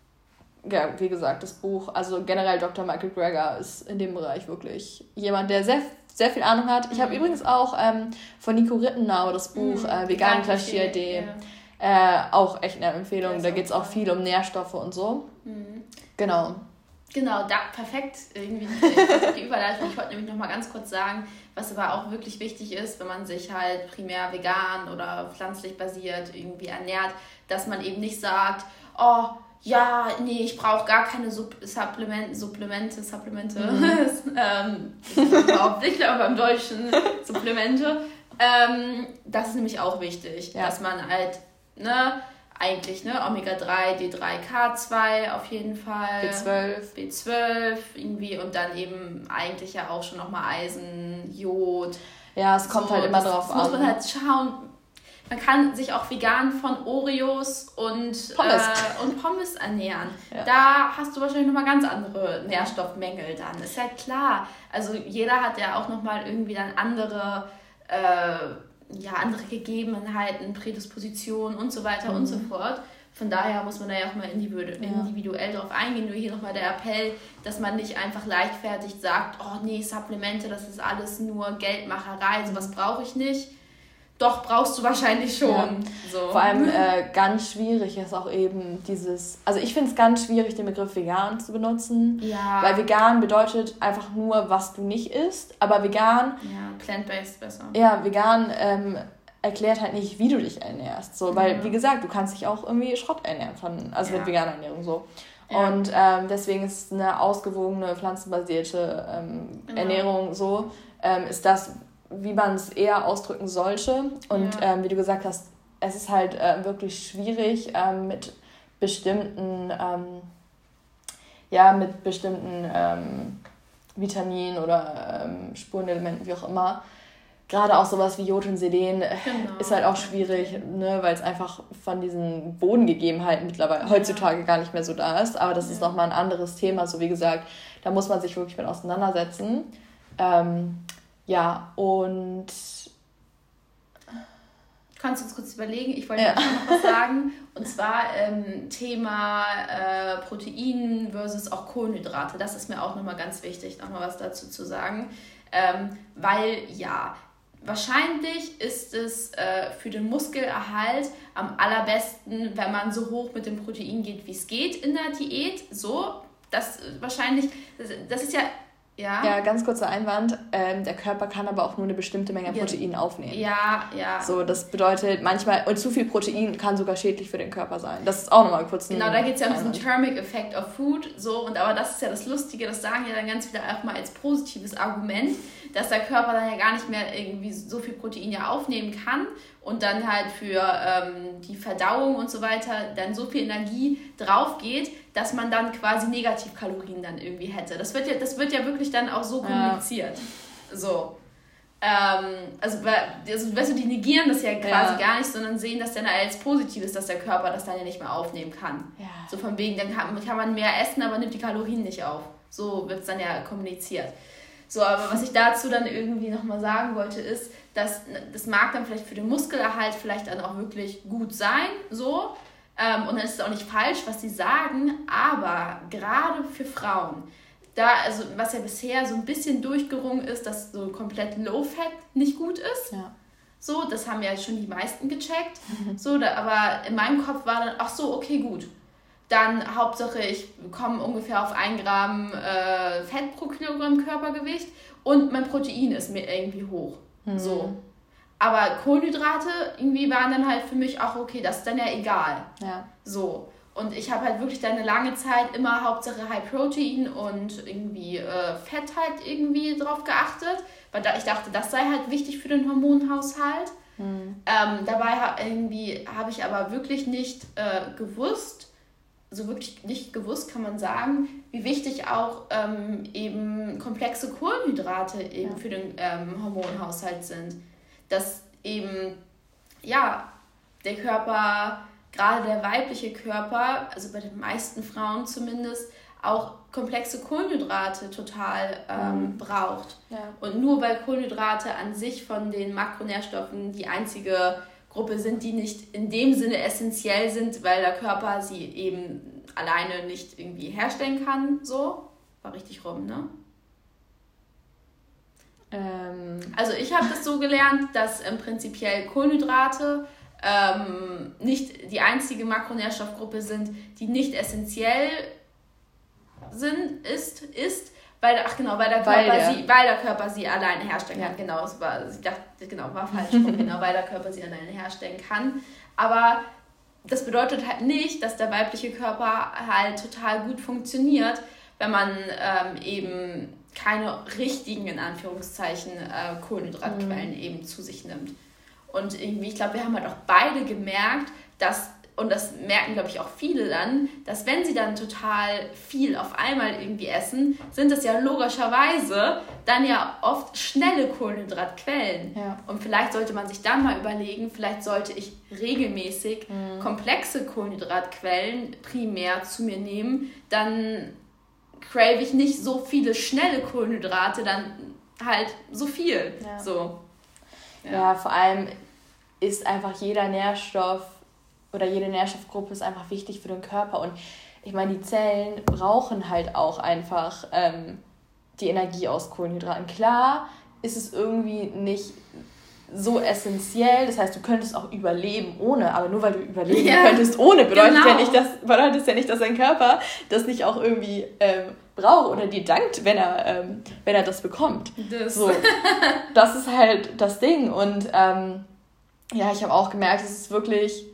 Ja, wie gesagt, das Buch, also generell Doktor Michael Greger ist in dem Bereich wirklich jemand, der sehr, sehr viel Ahnung hat. Ich mhm. habe übrigens auch ähm, von Nico Rittenau das Buch mhm. äh, Vegan Klassier D. Äh, auch echt eine Empfehlung. Da geht es auch viel um Nährstoffe und so. Mhm. Genau. Genau, da perfekt irgendwie die Überleitung. Ich wollte nämlich noch mal ganz kurz sagen, was aber auch wirklich wichtig ist, wenn man sich halt primär vegan oder pflanzlich basiert irgendwie ernährt, dass man eben nicht sagt, oh, ja, nee, ich brauche gar keine Supp- Supplement- Supplemente, Supplemente, mhm. ähm, das ist überhaupt nicht, aber beim Deutschen Supplemente. Ähm, das ist nämlich auch wichtig, ja. dass man halt, ne, eigentlich, ne, Omega drei, D drei, K zwei auf jeden Fall. B zwölf. B zwölf irgendwie und dann eben eigentlich ja auch schon nochmal Eisen, Jod. Ja, es kommt so, halt immer drauf an. muss man halt schauen. Man kann sich auch vegan von Oreos und Pommes, äh, und Pommes ernähren. Ja. Da hast du wahrscheinlich nochmal ganz andere Nährstoffmängel dann. Ist ja klar. Also jeder hat ja auch nochmal irgendwie dann andere, äh, ja, andere Gegebenheiten, Prädispositionen und so weiter mhm. und so fort. Von daher muss man da ja auch mal individu- ja. individuell drauf eingehen. Nur hier nochmal der Appell, dass man nicht einfach leichtfertig sagt, oh nee, Supplemente, das ist alles nur Geldmacherei, sowas brauche ich nicht. Doch, brauchst du wahrscheinlich schon. Ja. So. Vor allem äh, ganz schwierig ist auch eben dieses, also ich finde es ganz schwierig, den Begriff vegan zu benutzen, ja. weil vegan bedeutet einfach nur, was du nicht isst, aber vegan... Ja, plant-based besser. Ja, vegan ähm, erklärt halt nicht, wie du dich ernährst, so, weil, ja. wie gesagt, du kannst dich auch irgendwie Schrott ernähren, von, also ja. mit veganer Ernährung so. Ja. Und ähm, deswegen ist eine ausgewogene, pflanzenbasierte ähm, genau. Ernährung so, ähm, ist das, wie man es eher ausdrücken sollte. Und ja. ähm, wie du gesagt hast, es ist halt äh, wirklich schwierig ähm, mit bestimmten, ähm, ja, mit bestimmten ähm, Vitaminen oder ähm, Spurenelementen, wie auch immer. Gerade auch sowas wie Jod und Selen genau. ist halt auch schwierig, ne, weil es einfach von diesen Bodengegebenheiten mittlerweile ja. heutzutage gar nicht mehr so da ist. Aber das ja. ist nochmal ein anderes Thema. So wie gesagt, da muss man sich wirklich mit auseinandersetzen. Ähm, ja, und... Kannst du uns kurz überlegen? Ich wollte ja. noch was sagen. Und zwar ähm, Thema äh, Protein versus auch Kohlenhydrate. Das ist mir auch nochmal ganz wichtig, nochmal was dazu zu sagen. Ähm, weil, ja... Wahrscheinlich ist es äh, für den Muskelerhalt am allerbesten, wenn man so hoch mit dem Protein geht, wie es geht in der Diät. So, das wahrscheinlich, das, das ist ja, ja. Ja, ganz kurzer Einwand. Ähm, der Körper kann aber auch nur eine bestimmte Menge ja. Protein aufnehmen. Ja, ja. So, das bedeutet manchmal, und zu viel Protein kann sogar schädlich für den Körper sein. Das ist auch nochmal kurz ein Genau, da geht es ja um diesen Thermic Effect of Food. So, und aber das ist ja das Lustige, das sagen ja dann ganz viele auch mal als positives Argument, dass der Körper dann ja gar nicht mehr irgendwie so viel Protein ja aufnehmen kann und dann halt für ähm, die Verdauung und so weiter dann so viel Energie drauf geht, dass man dann quasi Negativkalorien dann irgendwie hätte. Das wird ja, das wird ja wirklich dann auch so kommuniziert. Ja. So. Ähm, also, also, weißt du, die negieren das ja quasi ja. gar nicht, sondern sehen das dann als Positives, dass der Körper das dann ja nicht mehr aufnehmen kann. Ja. So von wegen, dann kann, kann man mehr essen, aber nimmt die Kalorien nicht auf. So wird es dann ja kommuniziert. So, aber was ich dazu dann irgendwie nochmal sagen wollte, ist, dass das mag dann vielleicht für den Muskelerhalt vielleicht dann auch wirklich gut sein, so. Ähm, und dann ist es auch nicht falsch, was sie sagen, aber gerade für Frauen, da, also was ja bisher so ein bisschen durchgerungen ist, dass so komplett Low Fat nicht gut ist. Ja. So, das haben ja schon die meisten gecheckt. Mhm. So, da, aber in meinem Kopf war dann, ach so, okay, gut. Dann Hauptsache, ich komme ungefähr auf ein Gramm äh, Fett pro Kilogramm Körpergewicht und mein Protein ist mir irgendwie hoch. Mhm. So. Aber Kohlenhydrate irgendwie waren dann halt für mich auch okay, das ist dann ja egal. Ja. So. Und ich habe halt wirklich dann eine lange Zeit immer Hauptsache High Protein und irgendwie äh, Fett halt irgendwie drauf geachtet, weil da ich dachte, das sei halt wichtig für den Hormonhaushalt. Mhm. Ähm, dabei ha- irgendwie habe ich aber wirklich nicht äh, gewusst, so wirklich nicht gewusst, kann man sagen, wie wichtig auch ähm, eben komplexe Kohlenhydrate eben ja. für den ähm, Hormonhaushalt sind. Dass eben, ja, der Körper, gerade der weibliche Körper, also bei den meisten Frauen zumindest, auch komplexe Kohlenhydrate total ähm, mhm. braucht. Ja. Und nur weil Kohlenhydrate an sich von den Makronährstoffen die einzige Gruppe sind, die nicht in dem Sinne essentiell sind, weil der Körper sie eben alleine nicht irgendwie herstellen kann, so. War richtig rum, ne? Ähm. Also ich habe das so gelernt, dass ähm, prinzipiell Kohlenhydrate ähm, nicht die einzige Makronährstoffgruppe sind, die nicht essentiell sind, ist, ist weil, ach genau, weil der Körper, weil der, sie, weil der Körper sie alleine herstellen kann. Ja. Genau, es war, ich dachte, genau, war falsch. Genau, weil der Körper sie alleine herstellen kann. Aber das bedeutet halt nicht, dass der weibliche Körper halt total gut funktioniert, wenn man ähm, eben keine richtigen, in Anführungszeichen, äh, Kohlenhydratquellen mhm. eben zu sich nimmt. Und irgendwie, ich glaube, wir haben halt auch beide gemerkt, dass, und das merken, glaube ich, auch viele dann, dass wenn sie dann total viel auf einmal irgendwie essen, sind das ja logischerweise dann ja oft schnelle Kohlenhydratquellen. Ja. Und vielleicht sollte man sich dann mal überlegen, vielleicht sollte ich regelmäßig mhm. komplexe Kohlenhydratquellen primär zu mir nehmen, dann crave ich nicht so viele schnelle Kohlenhydrate, dann halt so viel. Ja, so. ja. ja vor allem ist einfach jeder Nährstoff oder jede Nährstoffgruppe ist einfach wichtig für den Körper. Und ich meine, die Zellen brauchen halt auch einfach ähm, die Energie aus Kohlenhydraten. Klar ist es irgendwie nicht so essentiell, das heißt, du könntest auch überleben ohne, aber nur weil du überleben ja. könntest ohne, bedeutet, genau. ja nicht, dass, bedeutet ja nicht, dass dein Körper das nicht auch irgendwie ähm, braucht oder dir dankt, wenn er, ähm, wenn er das bekommt. Das. So, das ist halt das Ding. Und ähm, ja, ich habe auch gemerkt, es ist wirklich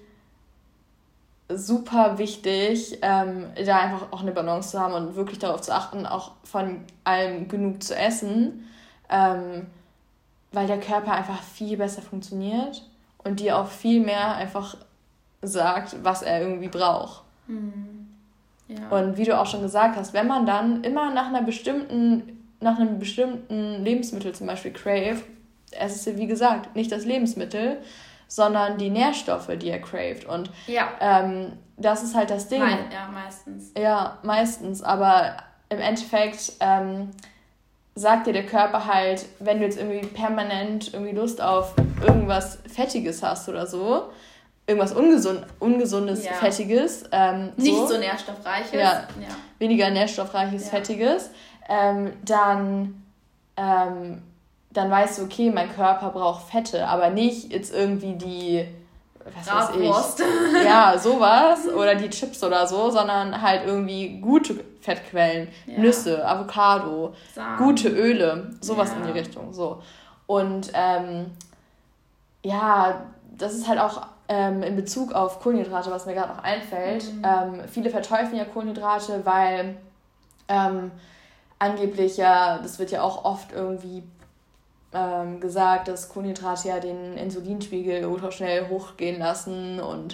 super wichtig, ähm, da einfach auch eine Balance zu haben und wirklich darauf zu achten, auch von allem genug zu essen, ähm, weil der Körper einfach viel besser funktioniert und dir auch viel mehr einfach sagt, was er irgendwie braucht. Mhm. Ja. Und wie du auch schon gesagt hast, wenn man dann immer nach einer bestimmten, nach einem bestimmten Lebensmittel zum Beispiel crave, es ist ja wie gesagt nicht das Lebensmittel, sondern die Nährstoffe, die er craved. Und ja. ähm, das ist halt das Ding. Me- ja, meistens. Ja, meistens. Aber im Endeffekt ähm, sagt dir der Körper halt, wenn du jetzt irgendwie permanent irgendwie Lust auf irgendwas Fettiges hast oder so, irgendwas ungesund, Ungesundes, ja. Fettiges. Ähm, Nicht so, so nährstoffreiches. Ja, ja. Weniger nährstoffreiches, ja. Fettiges. Ähm, dann... Ähm, dann weißt du, okay, mein Körper braucht Fette, aber nicht jetzt irgendwie die, was Bratwurst. weiß ich, ja, sowas, oder die Chips oder so, sondern halt irgendwie gute Fettquellen, ja. Nüsse, Avocado, Samen. Gute Öle, sowas ja. in die Richtung, so. Und ähm, ja, das ist halt auch ähm, in Bezug auf Kohlenhydrate, was mir gerade noch einfällt. Mhm. Ähm, viele verteufeln ja Kohlenhydrate, weil ähm, angeblich ja, das wird ja auch oft irgendwie Ähm, gesagt, dass Kohlenhydrate ja den Insulinspiegel ultra schnell hochgehen lassen und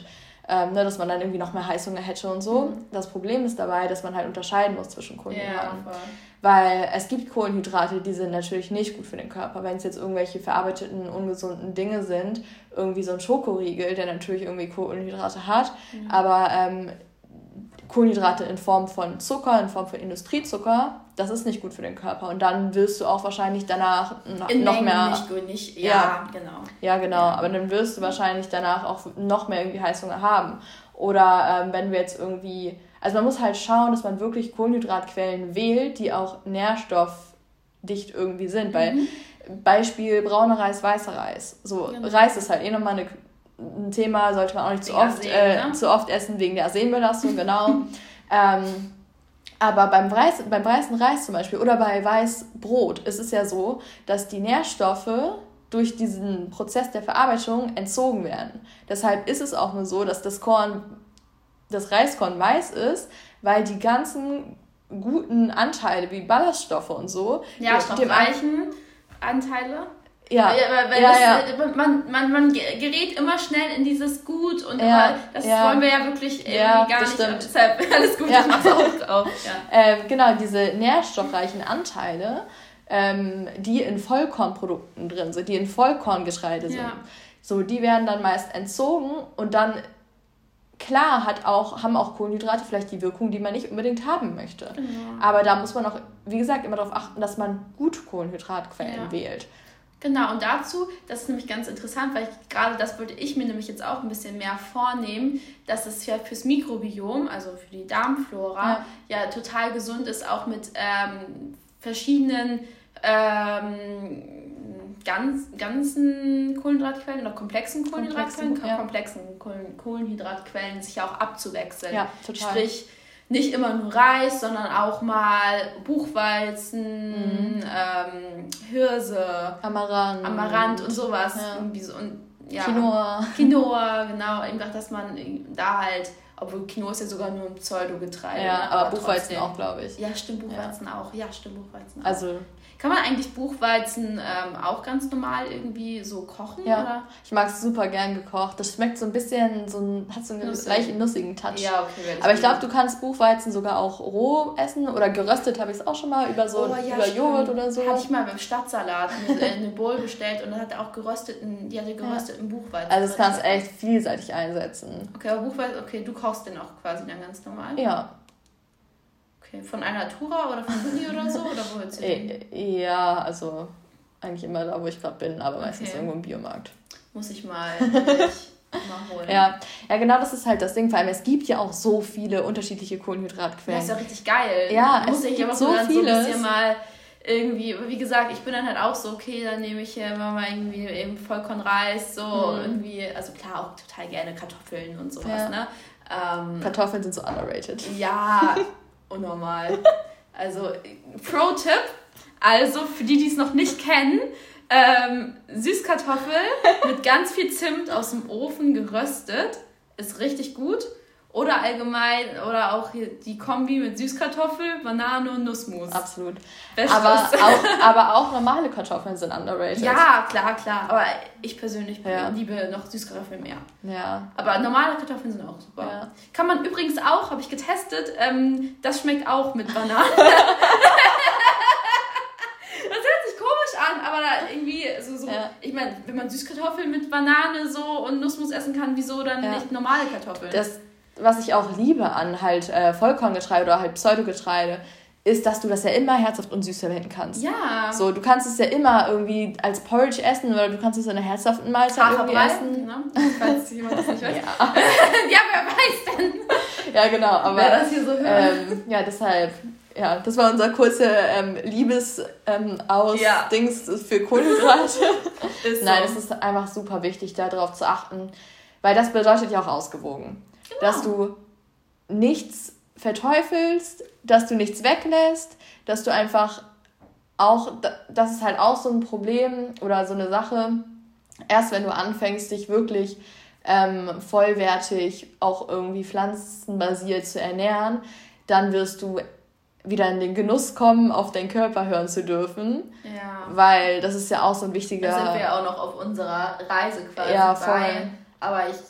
ähm, ne, dass man dann irgendwie noch mehr Heißhunger hätte und so. Mhm. Das Problem ist dabei, dass man halt unterscheiden muss zwischen Kohlenhydraten. Ja, weil es gibt Kohlenhydrate, die sind natürlich nicht gut für den Körper. Wenn es jetzt irgendwelche verarbeiteten, ungesunden Dinge sind, irgendwie so ein Schokoriegel, der natürlich irgendwie Kohlenhydrate hat, mhm. aber ähm, Kohlenhydrate in Form von Zucker, in Form von Industriezucker, das ist nicht gut für den Körper. Und dann wirst du auch wahrscheinlich danach noch in noch mehr... Nicht gut, nicht, ja, ja, genau. Ja, genau. Ja. Aber dann wirst du wahrscheinlich danach auch noch mehr irgendwie Heißhunger haben. Oder ähm, wenn wir jetzt irgendwie... Also man muss halt schauen, dass man wirklich Kohlenhydratquellen wählt, die auch nährstoffdicht irgendwie sind. Mhm. Weil Beispiel brauner Reis, weißer Reis. So, genau. Reis ist halt eh nochmal eine... ein Thema, sollte man auch nicht zu oft, Arsen, äh, ne? zu oft essen wegen der Arsenbelastung, genau. ähm, aber beim, Reis, beim weißen Reis zum Beispiel oder bei Weißbrot ist es ja so, dass die Nährstoffe durch diesen Prozess der Verarbeitung entzogen werden. Deshalb ist es auch nur so, dass das Korn, das Reiskorn weiß ist, weil die ganzen guten Anteile wie Ballaststoffe und so... Ja, stoffreichen Anteile... Ja, weil, weil ja, das, ja. Man, man, man gerät immer schnell in dieses Gut und ja, das ja. wollen wir ja wirklich irgendwie ja, gar nicht. Stimmt. Deshalb alles gut, ja. ich mach's auch. auch ja. ähm, genau, diese nährstoffreichen Anteile, ähm, die in Vollkornprodukten drin sind, die in Vollkorngetreide sind, ja. so, die werden dann meist entzogen und dann, klar, hat auch, haben auch Kohlenhydrate vielleicht die Wirkung, die man nicht unbedingt haben möchte. Genau. Aber da muss man auch, wie gesagt, immer darauf achten, dass man gute Kohlenhydratquellen ja. wählt. Genau, und dazu, das ist nämlich ganz interessant, weil ich, gerade das wollte ich mir nämlich jetzt auch ein bisschen mehr vornehmen, dass es ja fürs Mikrobiom, also für die Darmflora, ja, ja total gesund ist, auch mit ähm, verschiedenen ähm, ganz, ganzen Kohlenhydratquellen oder komplexen Kohlenhydratquellen, komplexen, ja. komplexen Kohlenhydratquellen sich ja auch abzuwechseln. Ja, total. Sprich, nicht immer nur Reis, sondern auch mal Buchweizen, mhm. ähm, Hirse, Amaranth, Amaranth und sowas. Ja. Irgendwie so, und, ja, Quinoa. Quinoa, genau. Eben gedacht, dass man da halt, obwohl Quinoa ist ja sogar nur ein Pseudogetreide. Ja, ne? aber, aber Buchweizen trotzdem. Auch, glaube ich. Ja, stimmt, Buchweizen ja. auch. Ja, stimmt, Buchweizen auch. Also... Kann man eigentlich Buchweizen ähm, auch ganz normal irgendwie so kochen? Ja, oder? Ich mag es super gern gekocht. Das schmeckt so ein bisschen, so ein, hat so einen Nussig. leicht nussigen Touch. Ja, okay. Aber ich glaube, du kannst Buchweizen sogar auch roh essen oder geröstet habe ich es auch schon mal über so oh, ja, über Joghurt oder so. Hatte ich mal beim Stadtsalat eine, eine Bowl bestellt und dann hat er auch gerösteten, die hatte gerösteten ja. Buchweizen. Also das kannst du echt vielseitig einsetzen. Okay, aber Buchweizen, okay, du kochst den auch quasi dann ganz normal? Ja. Okay, von Alnatura oder von Huni oder so? Oder wo willst du den? Ja, also eigentlich immer da, wo ich gerade bin, aber okay. meistens irgendwo im Biomarkt. Muss ich mal, ich mal holen. Ja. ja, genau das ist halt das Ding. Vor allem, es gibt ja auch so viele unterschiedliche Kohlenhydratquellen. Ja, ist ja richtig geil. Ja, muss ich aber so dann so ein bisschen mal irgendwie, wie gesagt, ich bin dann halt auch so, okay, dann nehme ich hier immer mal irgendwie eben Vollkornreis, so mhm. irgendwie, also klar, auch total gerne Kartoffeln und sowas, ja. ne? Ähm, Kartoffeln sind so underrated. Ja, unnormal. Also, Pro-Tipp, also für die, die es noch nicht kennen, ähm, Süßkartoffel mit ganz viel Zimt aus dem Ofen geröstet, ist richtig gut. Oder allgemein, oder auch hier die Kombi mit Süßkartoffel, Banane und Nussmus. Absolut. Aber auch, aber auch normale Kartoffeln sind underrated. Ja, klar, klar. Aber ich persönlich ja. liebe noch Süßkartoffeln mehr. Ja. Aber normale Kartoffeln sind auch super. Ja. Kann man übrigens auch, habe ich getestet, ähm, das schmeckt auch mit Banane. Das hört sich komisch an, aber da irgendwie so, so ja. ich meine, wenn man Süßkartoffeln mit Banane so und Nussmus essen kann, wieso dann ja. nicht normale Kartoffeln? Das was ich auch liebe an halt äh, Vollkorngetreide oder halt Pseudogetreide, ist, dass du das ja immer herzhaft und süß verwenden kannst. Ja. So, du kannst es ja immer irgendwie als Porridge essen oder du kannst es in einer herzhaften Mahlzeit irgendwie essen. Ne? Falls jemand das nicht weiß. Ja. Ja, wer weiß denn? Ja, genau. Aber, wer das hier so hört. Ähm, ja, deshalb, ja, das war unser kurzer ähm, Liebes-Aus-Dings ähm, für Kohlenhydrate. Ist Nein, so. Es ist einfach super wichtig, darauf zu achten, weil das bedeutet ja auch ausgewogen. Genau. Dass du nichts verteufelst, dass du nichts weglässt, dass du einfach auch, das ist halt auch so ein Problem oder so eine Sache, erst wenn du anfängst, dich wirklich ähm, vollwertig auch irgendwie pflanzenbasiert zu ernähren, dann wirst du wieder in den Genuss kommen, auf deinen Körper hören zu dürfen. Ja. Weil das ist ja auch so ein wichtiger... Da sind wir ja auch noch auf unserer Reise quasi ja, voll. bei. Aber ich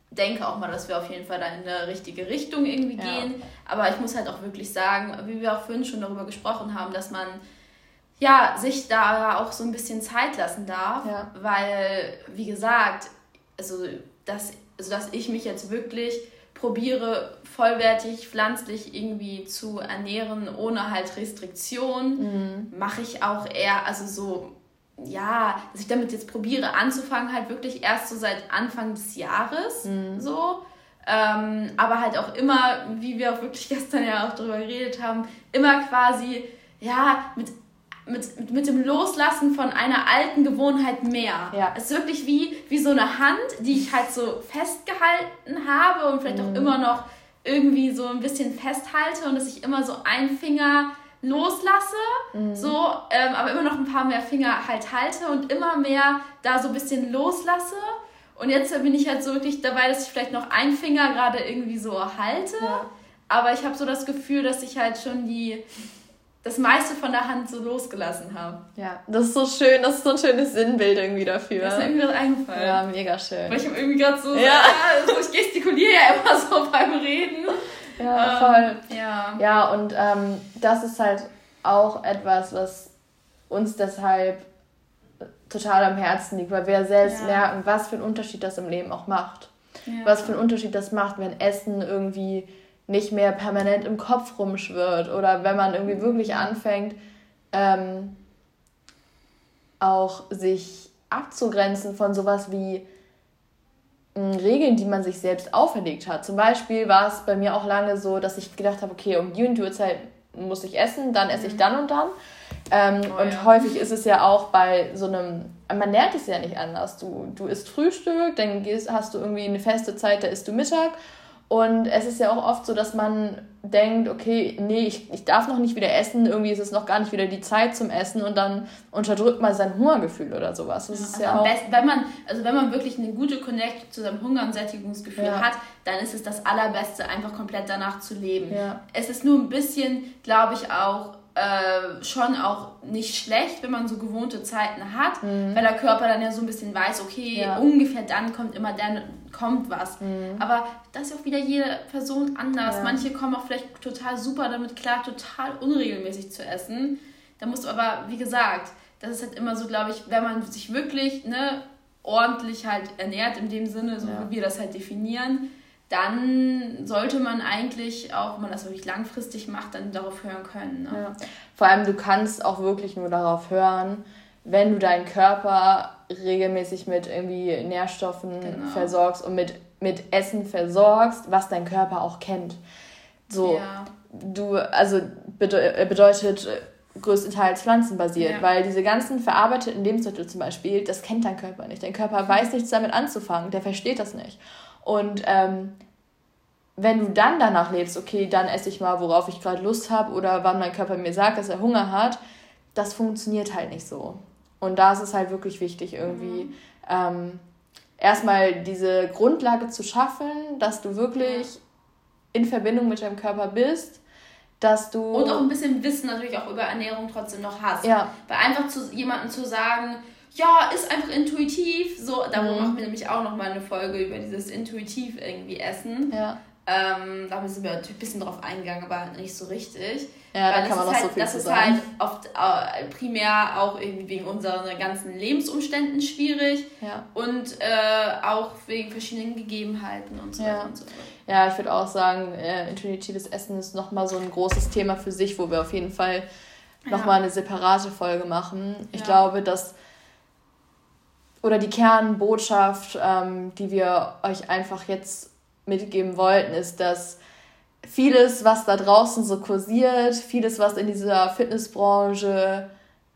denke auch mal, dass wir auf jeden Fall da in eine richtige Richtung irgendwie Ja. gehen. Aber ich muss halt auch wirklich sagen, wie wir auch vorhin schon darüber gesprochen haben, dass man ja sich da auch so ein bisschen Zeit lassen darf. Ja. Weil, wie gesagt, also dass, also dass ich mich jetzt wirklich probiere, vollwertig pflanzlich irgendwie zu ernähren, ohne halt Restriktion, Mhm. mache ich auch eher, also so, ja, dass ich damit jetzt probiere anzufangen, halt wirklich erst so seit Anfang des Jahres, Mhm. so. Ähm, aber halt auch immer, wie wir auch wirklich gestern ja auch drüber geredet haben, immer quasi, ja, mit Mit, mit dem Loslassen von einer alten Gewohnheit mehr. Ja. Es ist wirklich wie, wie so eine Hand, die ich halt so festgehalten habe und vielleicht Mhm. auch immer noch irgendwie so ein bisschen festhalte und dass ich immer so einen Finger loslasse, Mhm. so, ähm, aber immer noch ein paar mehr Finger halt halte und immer mehr da so ein bisschen loslasse. Und jetzt bin ich halt so wirklich dabei, dass ich vielleicht noch einen Finger gerade irgendwie so halte, Ja. aber ich habe so das Gefühl, dass ich halt schon die das meiste von der Hand so losgelassen habe. Ja, das ist so schön, das ist so ein schönes Sinnbild irgendwie dafür. Das ist mir irgendwie gerade eingefallen. Ja, mega schön. Weil ich habe irgendwie gerade so, Ja. ja. so, ich gestikuliere ja immer so beim Reden. Ja, Ähm, voll. Ja. Ja, und ähm, das ist halt auch etwas, was uns deshalb total am Herzen liegt, weil wir selbst Ja. merken, was für einen Unterschied das im Leben auch macht. Ja. Was für einen Unterschied das macht, wenn Essen irgendwie nicht mehr permanent im Kopf rumschwirrt oder wenn man irgendwie wirklich anfängt, ähm, auch sich abzugrenzen von sowas wie mh, Regeln, die man sich selbst auferlegt hat. Zum Beispiel war es bei mir auch lange so, dass ich gedacht habe, okay, um die und die Uhrzeit muss ich essen, dann esse ich dann und dann. Ähm, Oh, und ja. häufig ist es ja auch bei so einem, man lernt es ja nicht anders. Du, du isst Frühstück, dann gehst, hast du irgendwie eine feste Zeit, da isst du Mittag. Und es ist ja auch oft so, dass man denkt, okay, nee, ich, ich darf noch nicht wieder essen, irgendwie ist es noch gar nicht wieder die Zeit zum Essen und dann unterdrückt man sein Hungergefühl oder sowas. Das ist Also ja am auch, besten, wenn man, also wenn man wirklich eine gute Connect zu seinem Hunger- und Sättigungsgefühl Ja. hat, dann ist es das Allerbeste, einfach komplett danach zu leben. Ja. Es ist nur ein bisschen, glaube ich, auch äh, schon auch nicht schlecht, wenn man so gewohnte Zeiten hat, weil der Körper dann ja so ein bisschen weiß, okay, Ja. ungefähr dann kommt immer dann kommt was. Aber das ist ja auch wieder jede Person anders. Ja. Manche kommen auch vielleicht total super damit klar, total unregelmäßig zu essen. Da musst du aber, wie gesagt, das ist halt immer so, glaube ich, wenn man sich wirklich ne, ordentlich halt ernährt, in dem Sinne, so Ja. wie wir das halt definieren, dann sollte man eigentlich auch, wenn man das wirklich langfristig macht, dann darauf hören können. Ne? Ja. Vor allem, du kannst auch wirklich nur darauf hören, wenn du deinen Körper regelmäßig mit irgendwie Nährstoffen Genau. versorgst und mit, mit Essen versorgst, was dein Körper auch kennt. So, Ja. du, also bede- bedeutet äh, größtenteils pflanzenbasiert, Ja. weil diese ganzen verarbeiteten Lebensmittel zum Beispiel, das kennt dein Körper nicht. Dein Körper weiß nichts damit anzufangen, der versteht das nicht. Und ähm, wenn du dann danach lebst, okay, dann esse ich mal, worauf ich gerade Lust habe oder wann mein Körper mir sagt, dass er Hunger hat, das funktioniert halt nicht so. Und da ist es halt wirklich wichtig, irgendwie Mhm. ähm, erstmal diese Grundlage zu schaffen, dass du wirklich in Verbindung mit deinem Körper bist, dass du... Und auch ein bisschen Wissen natürlich auch über Ernährung trotzdem noch hast. Ja. Weil einfach zu jemandem zu sagen, ja, ist einfach intuitiv, so, darum Mhm. machen wir nämlich auch nochmal eine Folge über dieses intuitiv irgendwie Essen. Ja, Ähm, da sind wir natürlich ein bisschen drauf eingegangen, aber nicht so richtig. ja da Weil kann man das noch ist so halt, viel das zu ist sagen. halt oft äh, primär auch irgendwie wegen unseren ganzen Lebensumständen schwierig Ja. und äh, auch wegen verschiedenen Gegebenheiten und so Ja. weiter und so fort. Ja, ich würde auch sagen, äh, intuitives Essen ist nochmal so ein großes Thema für sich, wo wir auf jeden Fall nochmal eine separate Folge machen. Ich Ja. glaube, dass, oder die Kernbotschaft, ähm, die wir euch einfach jetzt mitgeben wollten, ist, dass vieles, was da draußen so kursiert, vieles, was in dieser Fitnessbranche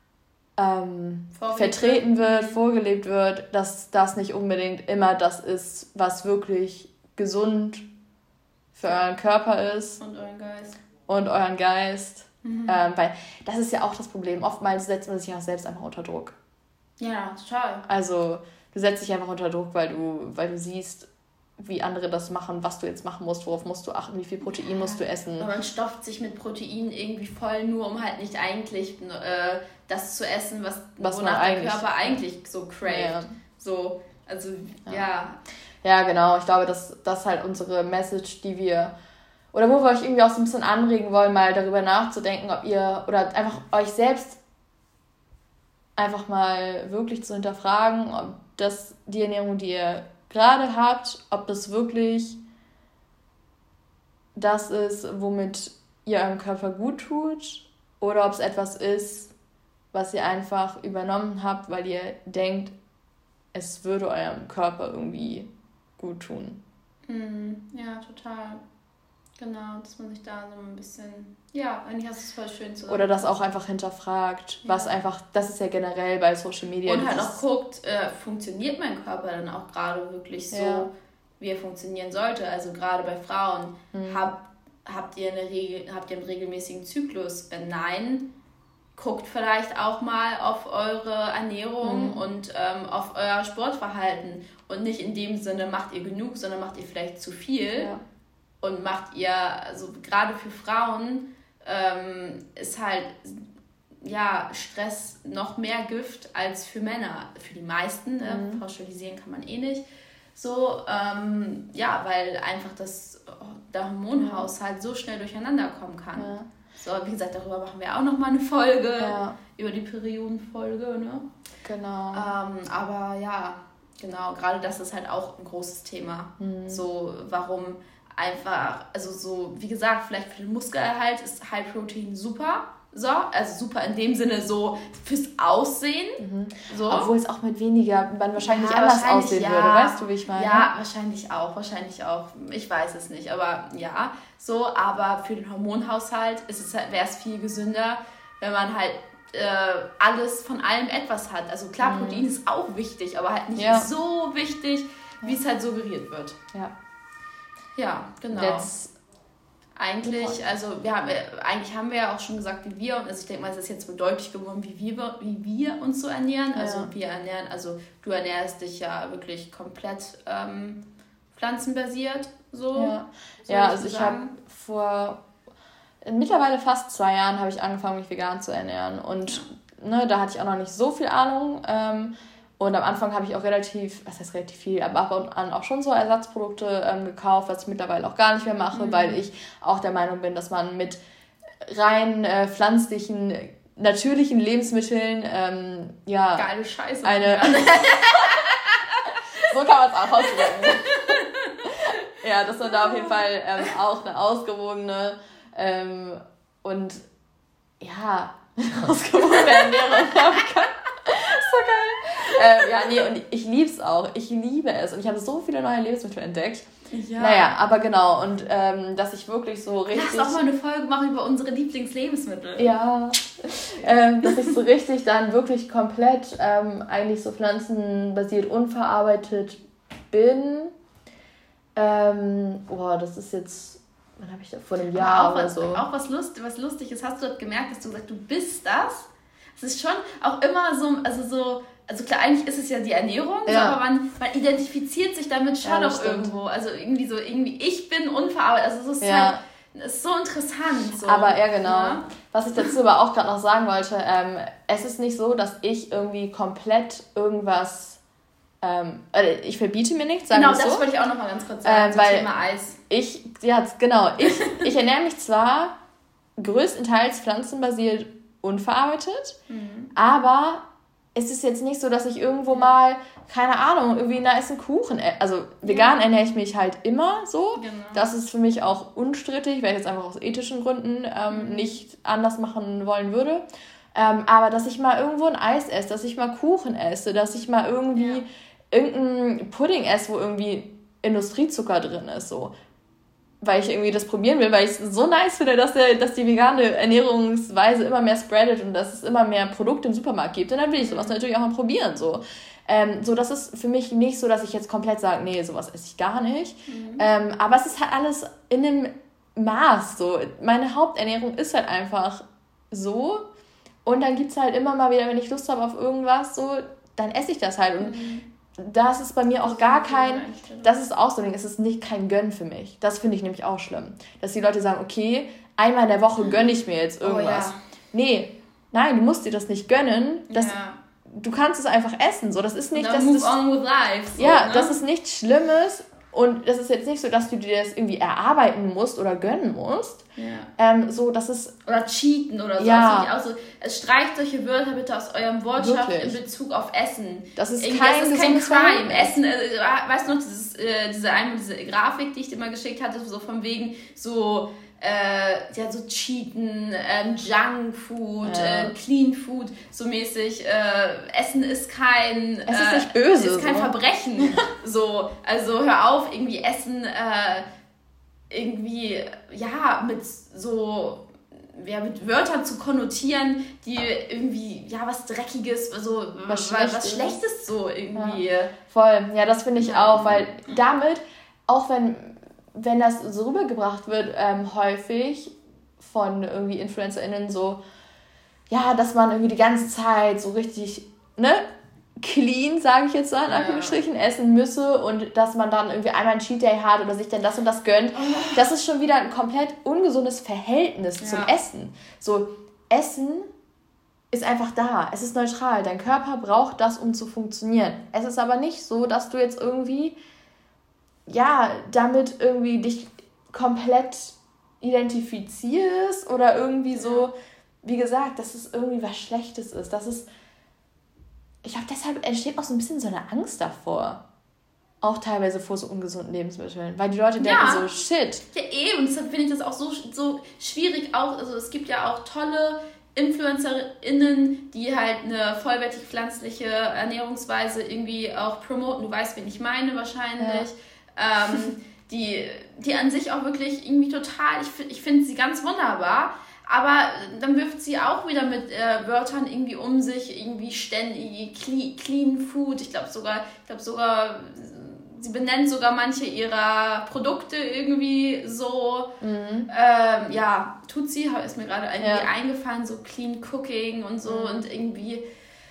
ähm, Vorgelebt vertreten wird, vorgelebt wird, dass das nicht unbedingt immer das ist, was wirklich gesund für euren Körper ist Und euren Geist. und euren Geist. Mhm. Ähm, weil das ist ja auch das Problem. Oftmals setzt man sich auch selbst einfach unter Druck. Ja, total. Also du setzt dich einfach unter Druck, weil du, weil du siehst, wie andere das machen, was du jetzt machen musst, worauf musst du achten, wie viel Protein musst du essen. Aber man stopft sich mit Protein irgendwie voll, nur um halt nicht eigentlich äh, das zu essen, was, Was wonach man der eigentlich- Körper eigentlich so craved. Ja. So, also, Ja. ja. Ja, genau. Ich glaube, das, das ist halt unsere Message, die wir, oder wo wir euch irgendwie auch so ein bisschen anregen wollen, mal darüber nachzudenken, ob ihr, oder einfach euch selbst einfach mal wirklich zu hinterfragen, ob das die Ernährung, die ihr gerade habt, ob das wirklich das ist, womit ihr eurem Körper gut tut, oder ob es etwas ist, was ihr einfach übernommen habt, weil ihr denkt, es würde eurem Körper irgendwie gut tun. Ja, total. Genau, dass man sich da so ein bisschen, ja, eigentlich hast du es voll schön zu. Oder das auch einfach hinterfragt, ja. was einfach, das ist ja generell bei Social Media. Und halt auch guckt, äh, funktioniert mein Körper dann auch gerade wirklich so, ja. wie er funktionieren sollte. Also gerade bei Frauen, mhm. hab, habt, ihr eine Regel, habt ihr einen regelmäßigen Zyklus? Wenn nein, guckt vielleicht auch mal auf eure Ernährung mhm. und ähm, auf euer Sportverhalten. Und nicht in dem Sinne, macht ihr genug, sondern macht ihr vielleicht zu viel. Ja. Und macht ihr, also gerade für Frauen ähm, ist halt ja Stress noch mehr Gift als für Männer. Für die meisten, mhm. äh, pauschalisieren kann man eh nicht. So, ähm, ja, weil einfach das, der Hormonhaushalt so schnell durcheinander kommen kann. Ja. So, wie gesagt, darüber machen wir auch nochmal eine Folge, ja. über die Periodenfolge, ne? Genau. Ähm, aber ja, genau, gerade das ist halt auch ein großes Thema. Mhm. So, warum einfach, also so, wie gesagt, vielleicht für den Muskelerhalt ist High Protein super. So, also super in dem Sinne so fürs Aussehen. Mhm. So. Obwohl es auch mit weniger, man wahrscheinlich ja, anders wahrscheinlich aussehen ja. würde, weißt du, wie ich meine? Ja, wahrscheinlich auch, wahrscheinlich auch. Ich weiß es nicht, aber ja, so, aber für den Hormonhaushalt ist es halt, wäre es viel gesünder, wenn man halt äh, alles von allem etwas hat. Also klar, mhm. Protein ist auch wichtig, aber halt nicht ja. so wichtig, wie ja. es halt suggeriert wird. Ja. Ja, genau. Let's eigentlich, also wir haben, eigentlich haben wir ja auch schon gesagt, wie wir, also ich denke mal, es ist jetzt so deutlich geworden, wie wir, wie wir uns so ernähren. Ja. Also wir ernähren, also du ernährst dich ja wirklich komplett ähm, pflanzenbasiert. So, ja, ja also ich habe vor mittlerweile fast zwei Jahren habe ich angefangen, mich vegan zu ernähren. Und ja. ne, da hatte ich auch noch nicht so viel Ahnung. Ähm, Und am Anfang habe ich auch relativ, was heißt relativ viel, aber ab und an auch schon so Ersatzprodukte ähm, gekauft, was ich mittlerweile auch gar nicht mehr mache, mhm. weil ich auch der Meinung bin, dass man mit rein äh, pflanzlichen, natürlichen Lebensmitteln, ähm, ja... Geile Scheiße. Eine so kann man es auch ausdrücken. Ja, dass man da auf jeden Fall ähm, auch eine ausgewogene ähm, und ja, ausgewogene Ernährung haben kann. So geil. Äh, ja, nee, und ich liebe es auch. Ich liebe es. Und ich habe so viele neue Lebensmittel entdeckt. Ja. Naja, aber genau. Und ähm, dass ich wirklich so richtig... Lass auch mal eine Folge machen über unsere Lieblingslebensmittel. Ja. ähm, dass ich so richtig dann wirklich komplett ähm, eigentlich so pflanzenbasiert unverarbeitet bin. Ähm, boah, das ist jetzt... Wann habe ich da? Vor einem Jahr oder was, so. Auch was, Lust, was lustig ist. Hast du dort gemerkt, dass du gesagt, du bist das? Es ist schon auch immer so, also so, also klar, eigentlich ist es ja die Ernährung, ja. so, aber man, man identifiziert sich damit schon ja, auch irgendwo. Also irgendwie so, irgendwie, ich bin unverarbeitet. Also es ist ja. halt, es ist so interessant. So. Aber ja, genau. Ja. Was ich dazu aber auch gerade noch sagen wollte, ähm, es ist nicht so, dass ich irgendwie komplett irgendwas, ähm, äh, ich verbiete mir nichts, sagen wir so. Genau, das wollte ich auch noch mal ganz kurz sagen, äh, zum Thema Eis. Ich, ja, genau, ich, ich ernähre mich zwar größtenteils pflanzenbasiert unverarbeitet, mhm. aber es ist jetzt nicht so, dass ich irgendwo mal, keine Ahnung, irgendwie einen nice Kuchen, also vegan ja. ernähre ich mich halt immer so, genau. Das ist für mich auch unstrittig, weil ich jetzt einfach aus ethischen Gründen ähm, mhm. nicht anders machen wollen würde, ähm, aber dass ich mal irgendwo ein Eis esse, dass ich mal Kuchen esse, dass ich mal irgendwie ja. irgendein Pudding esse, wo irgendwie Industriezucker drin ist, so. Weil ich irgendwie das probieren will, weil ich es so nice finde, dass, der, dass die vegane Ernährungsweise immer mehr spreadet und dass es immer mehr Produkte im Supermarkt gibt. Und dann will ich sowas natürlich auch mal probieren. So, ähm, so das ist für mich nicht so, dass ich jetzt komplett sage, nee, sowas esse ich gar nicht. Mhm. Ähm, aber es ist halt alles in einem Maß. So. Meine Haupternährung ist halt einfach so. Und dann gibt es halt immer mal wieder, wenn ich Lust habe auf irgendwas, so, dann esse ich das halt. Und mhm. das ist bei mir auch gar kein, das ist auch so ein Ding, es ist nicht kein Gönn für mich. Das finde ich nämlich auch schlimm. Dass die Leute sagen, okay, einmal in der Woche gönne ich mir jetzt irgendwas. Oh, ja. Nee, nein, du musst dir das nicht gönnen. Das, ja. du kannst es einfach essen. So, das ist nicht, dass move das, on with life. So, ja, ne? das ist nichts Schlimmes. Und das ist jetzt nicht so, dass du dir das irgendwie erarbeiten musst oder gönnen musst. Ja. Ähm, so, das ist... Oder cheaten oder so. Ja. Also, es streicht solche Wörter bitte aus eurem Wortschatz in Bezug auf Essen. Das ist Irgendwie, kein, das ist kein Crime. Essen, äh, weißt du noch, dieses, äh, diese, eine, diese Grafik, die ich dir mal geschickt hatte, so von wegen so... Äh, ja, so Cheaten, ähm, Junkfood, ja. äh, Clean Food, so mäßig. Äh, Essen ist kein... Es ist äh, nicht böse. Ist kein so. Verbrechen. So, also hör auf, irgendwie Essen äh, irgendwie, ja, mit so... Ja, mit Wörtern zu konnotieren, die irgendwie, ja, was Dreckiges, so, was, Schlechtes. was Schlechtes so irgendwie. Ja. Voll, ja, das finde ich ja. auch, weil damit, auch wenn... wenn das so rübergebracht wird, ähm, häufig von irgendwie InfluencerInnen so, ja, dass man irgendwie die ganze Zeit so richtig, ne, clean, sage ich jetzt mal, in Anführungsstrichen, ja. essen müsse und dass man dann irgendwie einmal einen Cheat Day hat oder sich dann das und das gönnt. Oh. Das ist schon wieder ein komplett ungesundes Verhältnis ja. zum Essen. So, Essen ist einfach da. Es ist neutral. Dein Körper braucht das, um zu funktionieren. Es ist aber nicht so, dass du jetzt irgendwie ja, damit irgendwie dich komplett identifizierst oder irgendwie so, wie gesagt, dass es irgendwie was Schlechtes ist. Das ist, ich glaube, deshalb entsteht auch so ein bisschen so eine Angst davor. Auch teilweise vor so ungesunden Lebensmitteln. Weil die Leute denken ja. so, shit. Ja, eben. Deshalb finde ich das auch so, so schwierig. Auch, also es gibt ja auch tolle InfluencerInnen, die halt eine vollwertig pflanzliche Ernährungsweise irgendwie auch promoten. Du weißt, wen ich meine wahrscheinlich. Ja. Ähm, die, die an sich auch wirklich irgendwie total, ich, ich finde sie ganz wunderbar, aber dann wirft sie auch wieder mit äh, Wörtern irgendwie um sich, irgendwie ständig clean, clean Food, ich glaube sogar, ich glaube sogar, sie benennt sogar manche ihrer Produkte irgendwie so, mhm. ähm, ja, tut sie, ist mir gerade irgendwie ja. eingefallen, so Clean Cooking und so mhm. und irgendwie,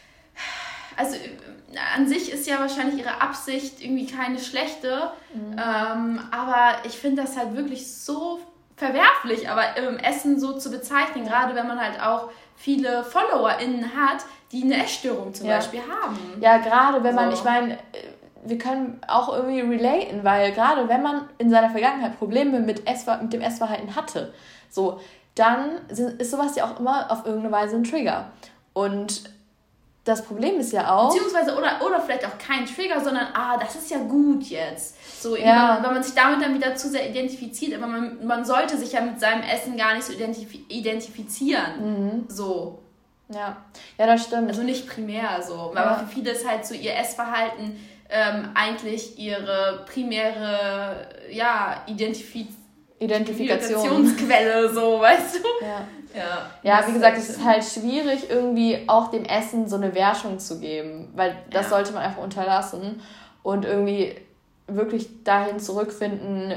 also an sich ist ja wahrscheinlich ihre Absicht irgendwie keine schlechte, mhm. ähm, aber ich finde das halt wirklich so verwerflich, aber im Essen so zu bezeichnen, gerade wenn man halt auch viele FollowerInnen hat, die eine Essstörung zum ja. Beispiel haben. Ja, gerade wenn so. man, ich meine, wir können auch irgendwie relaten, weil gerade wenn man in seiner Vergangenheit Probleme mit, Essver- mit dem Essverhalten hatte, so, dann ist sowas ja auch immer auf irgendeine Weise ein Trigger. Und das Problem ist ja auch... Beziehungsweise, oder, oder vielleicht auch kein Trigger, sondern, ah, das ist ja gut jetzt. So, ja. wenn, wenn man sich damit dann wieder zu sehr identifiziert, aber man, man sollte sich ja mit seinem Essen gar nicht so identif- identifizieren. Mhm. So. Ja. Ja, das stimmt. Also nicht primär so. Ja. Aber für viele ist halt so ihr Essverhalten ähm, eigentlich ihre primäre, ja, Identifiz- Identifikationsquelle, so, weißt du? Ja. Ja, ja, wie gesagt, es ist halt schwierig, irgendwie auch dem Essen so eine Wertung zu geben, weil das ja. sollte man einfach unterlassen und irgendwie wirklich dahin zurückfinden,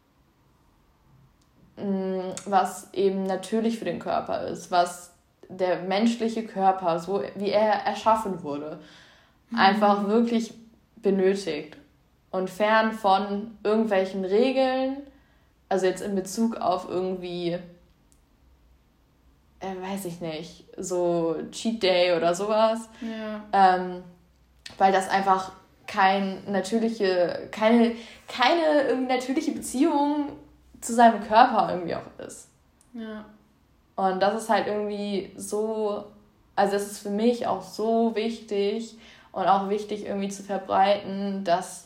was eben natürlich für den Körper ist, was der menschliche Körper, so wie er erschaffen wurde, mhm. einfach wirklich benötigt. Und fern von irgendwelchen Regeln, also jetzt in Bezug auf irgendwie... Äh, weiß ich nicht, so Cheat Day oder sowas. Ja. Ähm, weil das einfach kein natürliche, keine, keine irgendwie natürliche Beziehung zu seinem Körper irgendwie auch ist. Ja. Und das ist halt irgendwie so, also das ist für mich auch so wichtig und auch wichtig irgendwie zu verbreiten, dass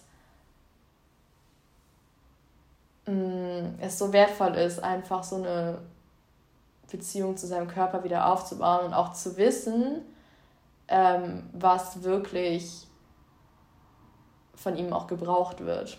mh, es so wertvoll ist, einfach so eine Beziehung zu seinem Körper wieder aufzubauen und auch zu wissen, ähm, was wirklich von ihm auch gebraucht wird.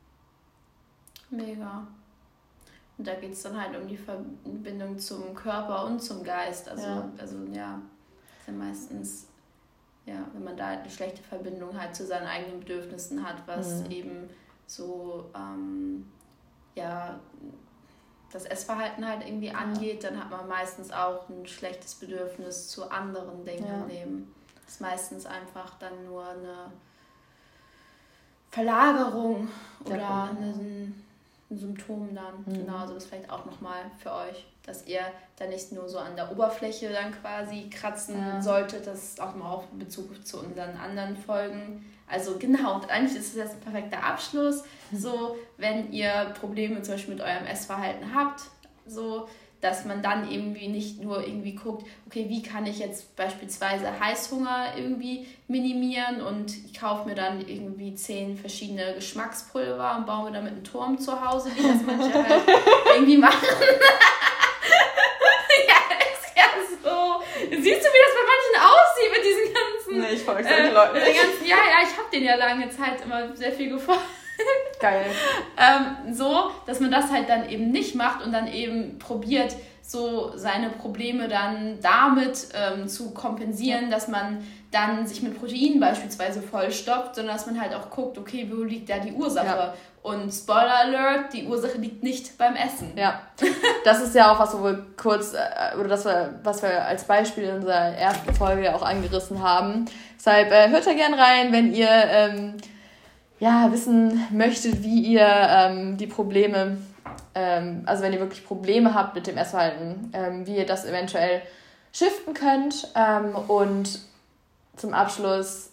Mega. Und da geht es dann halt um die Verbindung zum Körper und zum Geist. Also ja, also, ja ist ja meistens, ja, wenn man da halt eine schlechte Verbindung halt zu seinen eigenen Bedürfnissen hat, was mhm. eben so, ähm, ja, das Essverhalten halt irgendwie angeht, dann hat man meistens auch ein schlechtes Bedürfnis zu anderen Dingen ja. im Leben. Das ist meistens einfach dann nur eine Verlagerung oder eine, Symptomen dann. Mhm. Genau, also das vielleicht auch nochmal für euch, dass ihr da nicht nur so an der Oberfläche dann quasi kratzen ja. solltet, das ist auch mal auf Bezug zu unseren anderen Folgen. Also genau, und eigentlich ist das ein perfekter Abschluss. So, wenn ihr Probleme zum Beispiel mit eurem Essverhalten habt, so, dass man dann irgendwie nicht nur irgendwie guckt, okay, wie kann ich jetzt beispielsweise Heißhunger irgendwie minimieren und ich kaufe mir dann irgendwie zehn verschiedene Geschmackspulver und baue mir damit einen Turm zu Hause, wie das manche halt irgendwie machen. Ja, ist ja so. Siehst du, wie das bei manchen aussieht mit diesen ganzen... Nee, ich folge solchen äh, Leuten nicht. Ganzen, ja, ja, ich habe denen ja lange Zeit immer sehr viel gefolgt. Geil. Ähm, so, dass man das halt dann eben nicht macht und dann eben probiert, so seine Probleme dann damit ähm, zu kompensieren, dass man dann sich mit Proteinen beispielsweise vollstopft, sondern dass man halt auch guckt, okay, wo liegt da die Ursache? Ja. Und Spoiler Alert, die Ursache liegt nicht beim Essen. Ja, das ist ja auch was, wo wir kurz, äh, oder das wir, was wir als Beispiel in unserer ersten Folge auch angerissen haben. Deshalb äh, hört da gern rein, wenn ihr ähm, ja, wissen möchtet, wie ihr ähm, die Probleme, ähm, also wenn ihr wirklich Probleme habt mit dem Essverhalten, ähm, wie ihr das eventuell shiften könnt. Ähm, und zum Abschluss,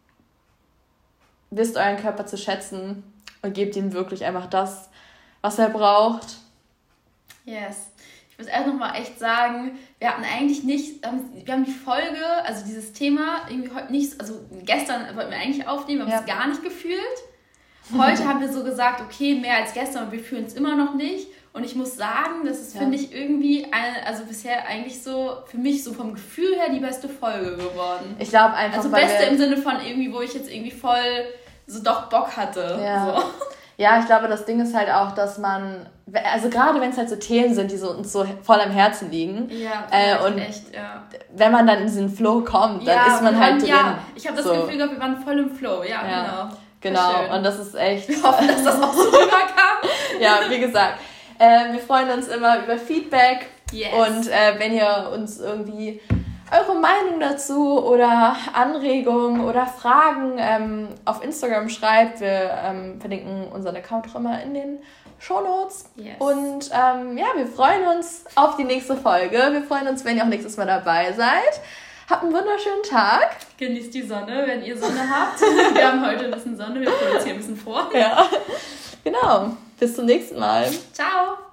wisst euren Körper zu schätzen und gebt ihm wirklich einfach das, was er braucht. Yes. Ich muss erst nochmal echt sagen, wir hatten eigentlich nicht, wir haben die Folge, also dieses Thema, irgendwie heute nicht, also gestern wollten wir eigentlich aufnehmen, wir haben es ja. gar nicht gefühlt. Heute haben wir so gesagt, okay, mehr als gestern, aber wir fühlen es immer noch nicht. Und ich muss sagen, das ist, ja. finde ich, irgendwie, eine, also bisher eigentlich so, für mich so vom Gefühl her die beste Folge geworden. Ich glaube einfach, also beste im Sinne von irgendwie, wo ich jetzt irgendwie voll so doch Bock hatte. Ja. So. Ja, ich glaube, das Ding ist halt auch, dass man, also gerade wenn es halt so Themen sind, die so uns so voll am Herzen liegen. Ja, äh, und echt, ja. wenn man dann in diesen Flow kommt, dann ja, ist man halt haben, drin. Ja, ich habe das so. Gefühl gehabt, wir waren voll im Flow, ja, ja. genau. Genau, und das ist echt... Wir hoffen, dass das auch so rüberkam. Ja, wie gesagt, äh, wir freuen uns immer über Feedback. Yes. Und äh, wenn ihr uns irgendwie eure Meinung dazu oder Anregungen oder Fragen ähm, auf Instagram schreibt, wir ähm, verlinken unseren Account auch immer in den Shownotes. Yes. Und ähm, ja, wir freuen uns auf die nächste Folge. Wir freuen uns, wenn ihr auch nächstes Mal dabei seid. Habt einen wunderschönen Tag. Genießt die Sonne, wenn ihr Sonne habt. Wir haben heute ein bisschen Sonne, wir produzieren ein bisschen vor. Ja, genau. Bis zum nächsten Mal. Ciao.